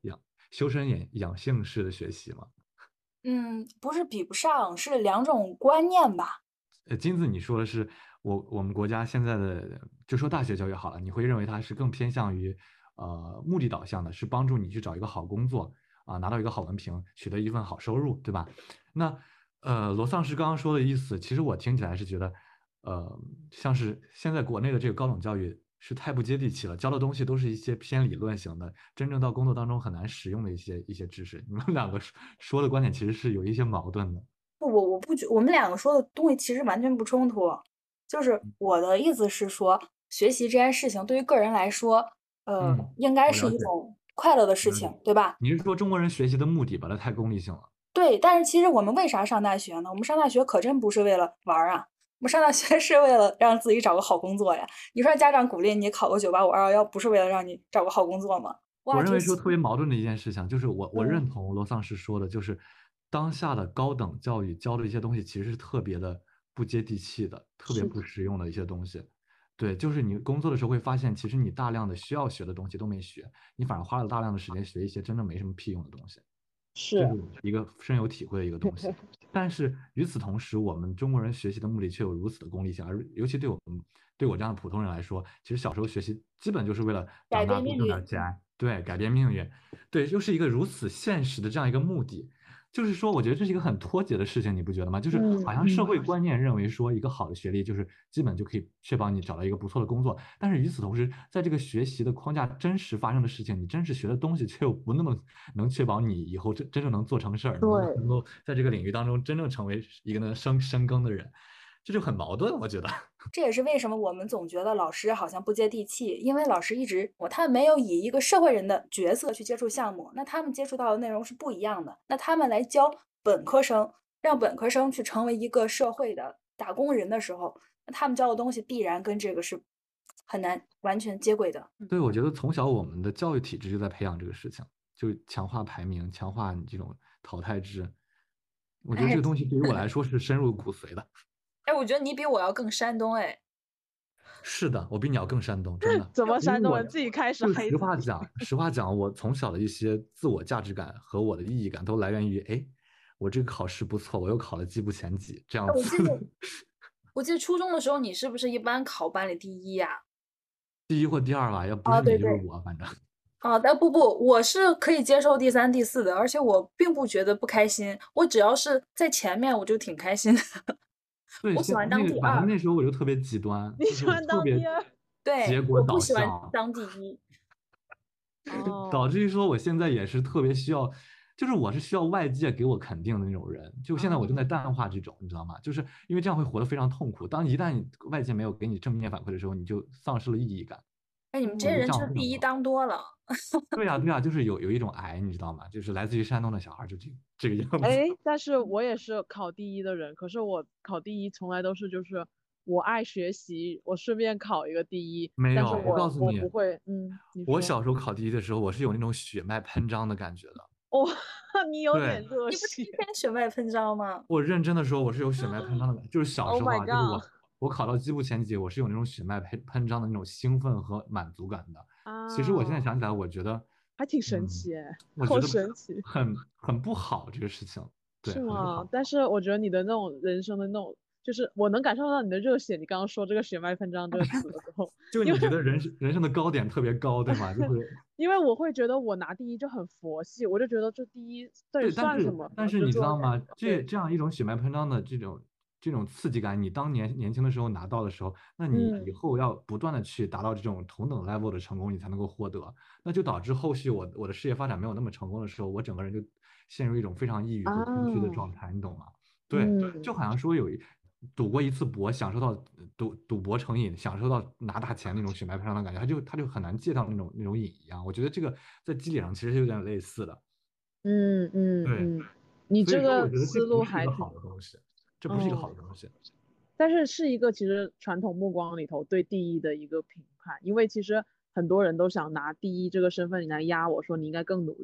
修身养性式的学习吗？ 不是比不上，是两种观念吧。 金子，你说的是我们国家现在的，就说大学教育好了，你会认为它是更偏向于目的导向的，是帮助你去找一个好工作拿到一个好文凭，取得一份好收入，对吧？那罗丧师刚刚说的意思，其实我听起来是觉得，像是现在国内的这个高等教育是太不接地气了，教的东西都是一些偏理论型的，真正到工作当中很难使用的一些知识。你们两个说的观点其实是有一些矛盾的。 不，我不觉，我们两个说的东西其实完全不冲突。就是我的意思是说，学习这件事情对于个人来说，应该是我了解。 一种快乐的事情，对吧？ 你是说中国人学习的目的把它太功利性了？ 对，但是其实我们为啥上大学呢？我们上大学可真不是为了玩儿啊，我们上大学是为了让自己找个好工作呀。你说家长鼓励你考个985、211，不是为了让你找个好工作吗？哇， 我认为说这是， 特别矛盾的一件事情，就是我认嗯， 同罗丧师说的，就是当下的高等教育教的一些东西其实是特别的不接地气的，特别是的， 不实用的一些东西。对，就是你工作的时候会发现，其实你大量的需要学的东西都没学，你反而花了大量的时间学一些真正没什么屁用的东西。这是是， 我一个深有体会的一个东西。但是与此同时，我们中国人学习的目的却有如此的功利性，而尤其对我这样的普通人来说，其实小时候学习基本就是为了改长大多挣点变命运。 钱，对，改变命运，对，又是一个如此现实的这样一个目的。就是说，我觉得这是一个很脱节的事情，你不觉得吗？就是好像社会观念认为说，一个好的学历就是基本就可以确保你找到一个不错的工作，但是与此同时，在这个学习的框架真实发生的事情，你真实学的东西却又不那么能确保你以后真正能做成事儿，能够在这个领域当中真正成为一个能深耕的人，这就很矛盾，我觉得。 这也是为什么我们总觉得老师好像不接地气，因为老师他们没有以一个社会人的角色去接触项目，那他们接触到的内容是不一样的。那他们来教本科生，让本科生去成为一个社会的打工人的时候，那他们教的东西必然跟这个是很难完全接轨的。 对，我觉得从小我们的教育体制就在培养这个事情，就强化排名，强化你这种淘汰制。我觉得这个东西对于我来说是深入骨髓的。 哎，我觉得你比我要更山东哎。 是的，我比你要更山东，真的。 怎么山东因为我人自己开始就黑自己？ 实话讲，我从小的一些自我价值感和我的意义感都来源于，哎，我这个考试不错，我又考了季部前几这样哎，我子。 记得我记得初中的时候，你是不是一般考班里第一呀？ 第一或第二吧，要不啊， 是你就是对对。 我，反正。 啊，但不，我是可以接受第三、第四的，而且我并不觉得不开心，我只要是在前面，我就挺开心的。 对， 我喜欢那个，反正当第二， 那时候我就特别极端， 你就是喜欢我特别当第二？ 对， 结果导我不喜欢向。 当第一。 导哦， 致于说我现在也是特别需要，就是我是需要外界给我肯定的那种人。就现在我正在哦， 淡化这种，你知道吗？就是因为这样会活得非常痛苦。一旦外界没有给你正面反馈的时候，你就丧失了意义感。 哎，你们这些我觉得这人就是第一样非常不好。 当多了。 对呀，对呀，就是有一种癌，你知道吗？就是来自于山东的小孩就这个样子。 哎，但是我也是考第一的人，可是我考第一从来都是就是我爱学习，我顺便考一个第一， 没有， 但是我告诉你， 我不会，你说， 我小时候考第一的时候，我是有那种血脉喷张的感觉的。 哦，你有对， 点热你不天血天血脉喷张吗？ 我认真的说，我是有血脉喷张的感觉，就是小 ，Oh 时候 my 啊，就是 god， 我考到季部前几，我是有那种血脉喷张的那种兴奋和满足感的。其实我现在啊， 想起来，我觉得， 还挺神嗯， 奇哎，好我觉得神奇。 很不好这个事情，对， 是吗？ 很不好。 但是我觉得你的那种人生的那种，就是我能感受到你的热血。你刚刚说这个"血脉喷张"这个词的时候，因为就你觉得人生的高点特别高，对吗？就是因为我会觉得我拿第一就很佛系，我就觉得这第一到底对， 算什么呢？ 但是你知就这种感觉。 道吗？ 对， 这样一种血脉喷张的这种刺激感，你当年轻的时候拿到的时候，那你以嗯后要不断的去达到这种同等 level 的成功，你才能够获得。那就导致后续我的事业发展没有那么成功的时候，我整个人就陷入一种非常抑郁和空虚的啊， 状态，你懂吗？对，就嗯好像说赌过一次博，享受到赌博成瘾，享受到拿大钱那种血脉喷张的感觉，他就很难戒掉那种瘾一样。我觉得这个在机理上其实是有点类似的。 嗯嗯对， 嗯，你所以说我这个觉得这思路不是一个还挺， 好的东西，这不是一个好嗯， 的东西。 但是是一个其实传统目光里头对第一的一个评判，因为其实很多人都想拿第一这个身份来压我说你应该更努力，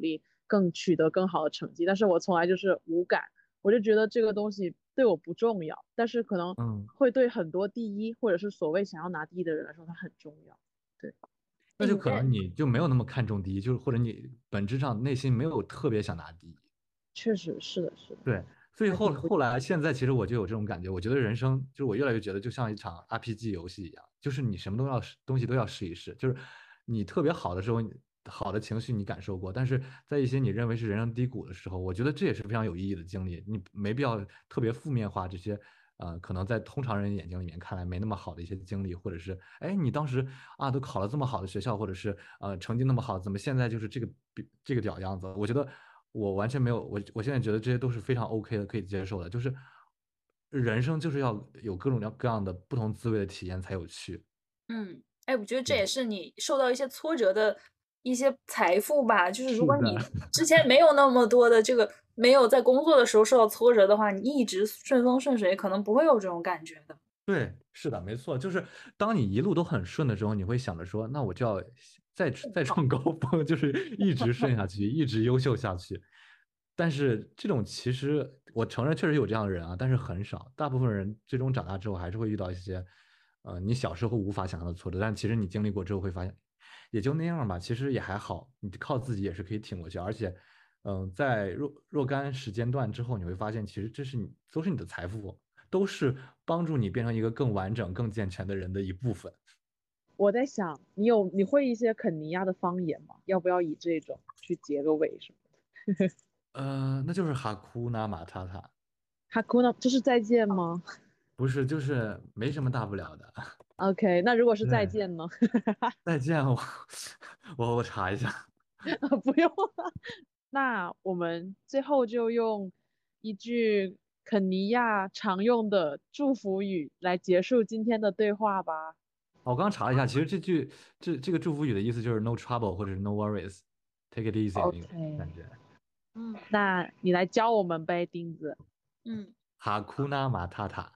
更取得更好的成绩，但是我从来就是无感，我就觉得这个东西对我不重要，但是可能嗯， 会对很多第一或者是所谓想要拿第一的人来说，它很重要。对， 那就可你在能你就没有那么看重第一，就是或者你本质上内心没有特别想拿第一。 确实是的，是的， 对，所以还挺不， 后来现在其实我就有这种感觉，我觉得人生就是我越来越觉得就像一场 RPG 游戏一样，就是你什么东西都要试一试，就是你特别好的时候，好的情绪你感受过，但是在一些你认为是人生低谷的时候，我觉得这也是非常有意义的经历，你没必要特别负面化这些。可能在通常人眼睛里面看来没那么好的一些经历，或者是，哎，你当时啊都考了这么好的学校，或者是成绩那么好，怎么现在就是这个屌样子？我觉得我完全没有，我现在觉得这些都是非常 OK 的，可以接受的。就是人生就是要有各种各样的不同滋味的体验才有趣。 哎，我觉得这对， 也是你受到一些挫折的一些财富吧。就是如是的， 果你之前没有那么多的这个，没有在工作的时候受到挫折的话，你一直顺风顺水，可能不会有这种感觉的。 对，是的，没错，就是当你一路都很顺的时候，你会想着说，那我就要再好， 创高峰，就是一直顺下去，一直优秀下去。但是这种其实我承认确实有这样的人啊，但是很少，大部分人最终长大之后还是会遇到一些，你小时候无法想象的挫折，但其实你经历过之后会发现，也就那样吧，其实也还好，你靠自己也是可以挺过去，而且，在若干时间段之后，你会发现，其实这是都是你的财富。都是帮助你变成一个更完整、更健全的人的一部分。 我在想，你会一些肯尼亚的方言吗？要不要以这种去结个尾什么那就是哈库纳马塔塔， ？Hakuna 这是再见吗不是，就是没什么大不了的。 ？OK，那如果是再对， 见呢？ 再见，我查一下。 不用了。那我们最后就用一句肯尼亚常用的祝福语来结束今天的对话吧。 我刚查了一下，其实这个祝福语的意思就是 no trouble 或者是 no worries，take it easy 的一个 OK， 感觉。 嗯那你来教我们呗，钉子。 嗯， 哈库纳马塔塔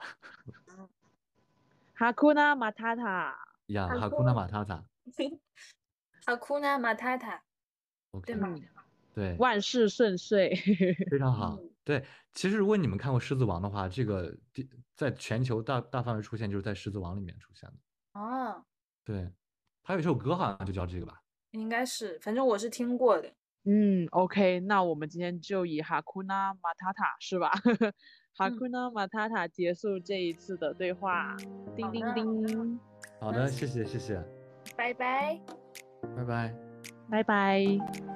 Hakuna Matata， 呀，哈库纳哈库马塔塔。 哈库纳马塔塔，对 OK， 吗？ 嗯， 对， 万事顺遂。 非常好。 嗯， 对，其实如果你们看过《狮子王》的话，这个在全球大范围出现，就是在《狮子王》里面出现的。 哦， 对，还有一首歌好像就叫这个吧。 应该是，反正我是听过的。 OK，那我们今天就以 Hakuna Matata 是吧嗯， ？Hakuna Matata 结束这一次的对话。叮叮好的， 叮， 好的， 那谢谢谢谢， 拜拜。 拜拜。 拜拜。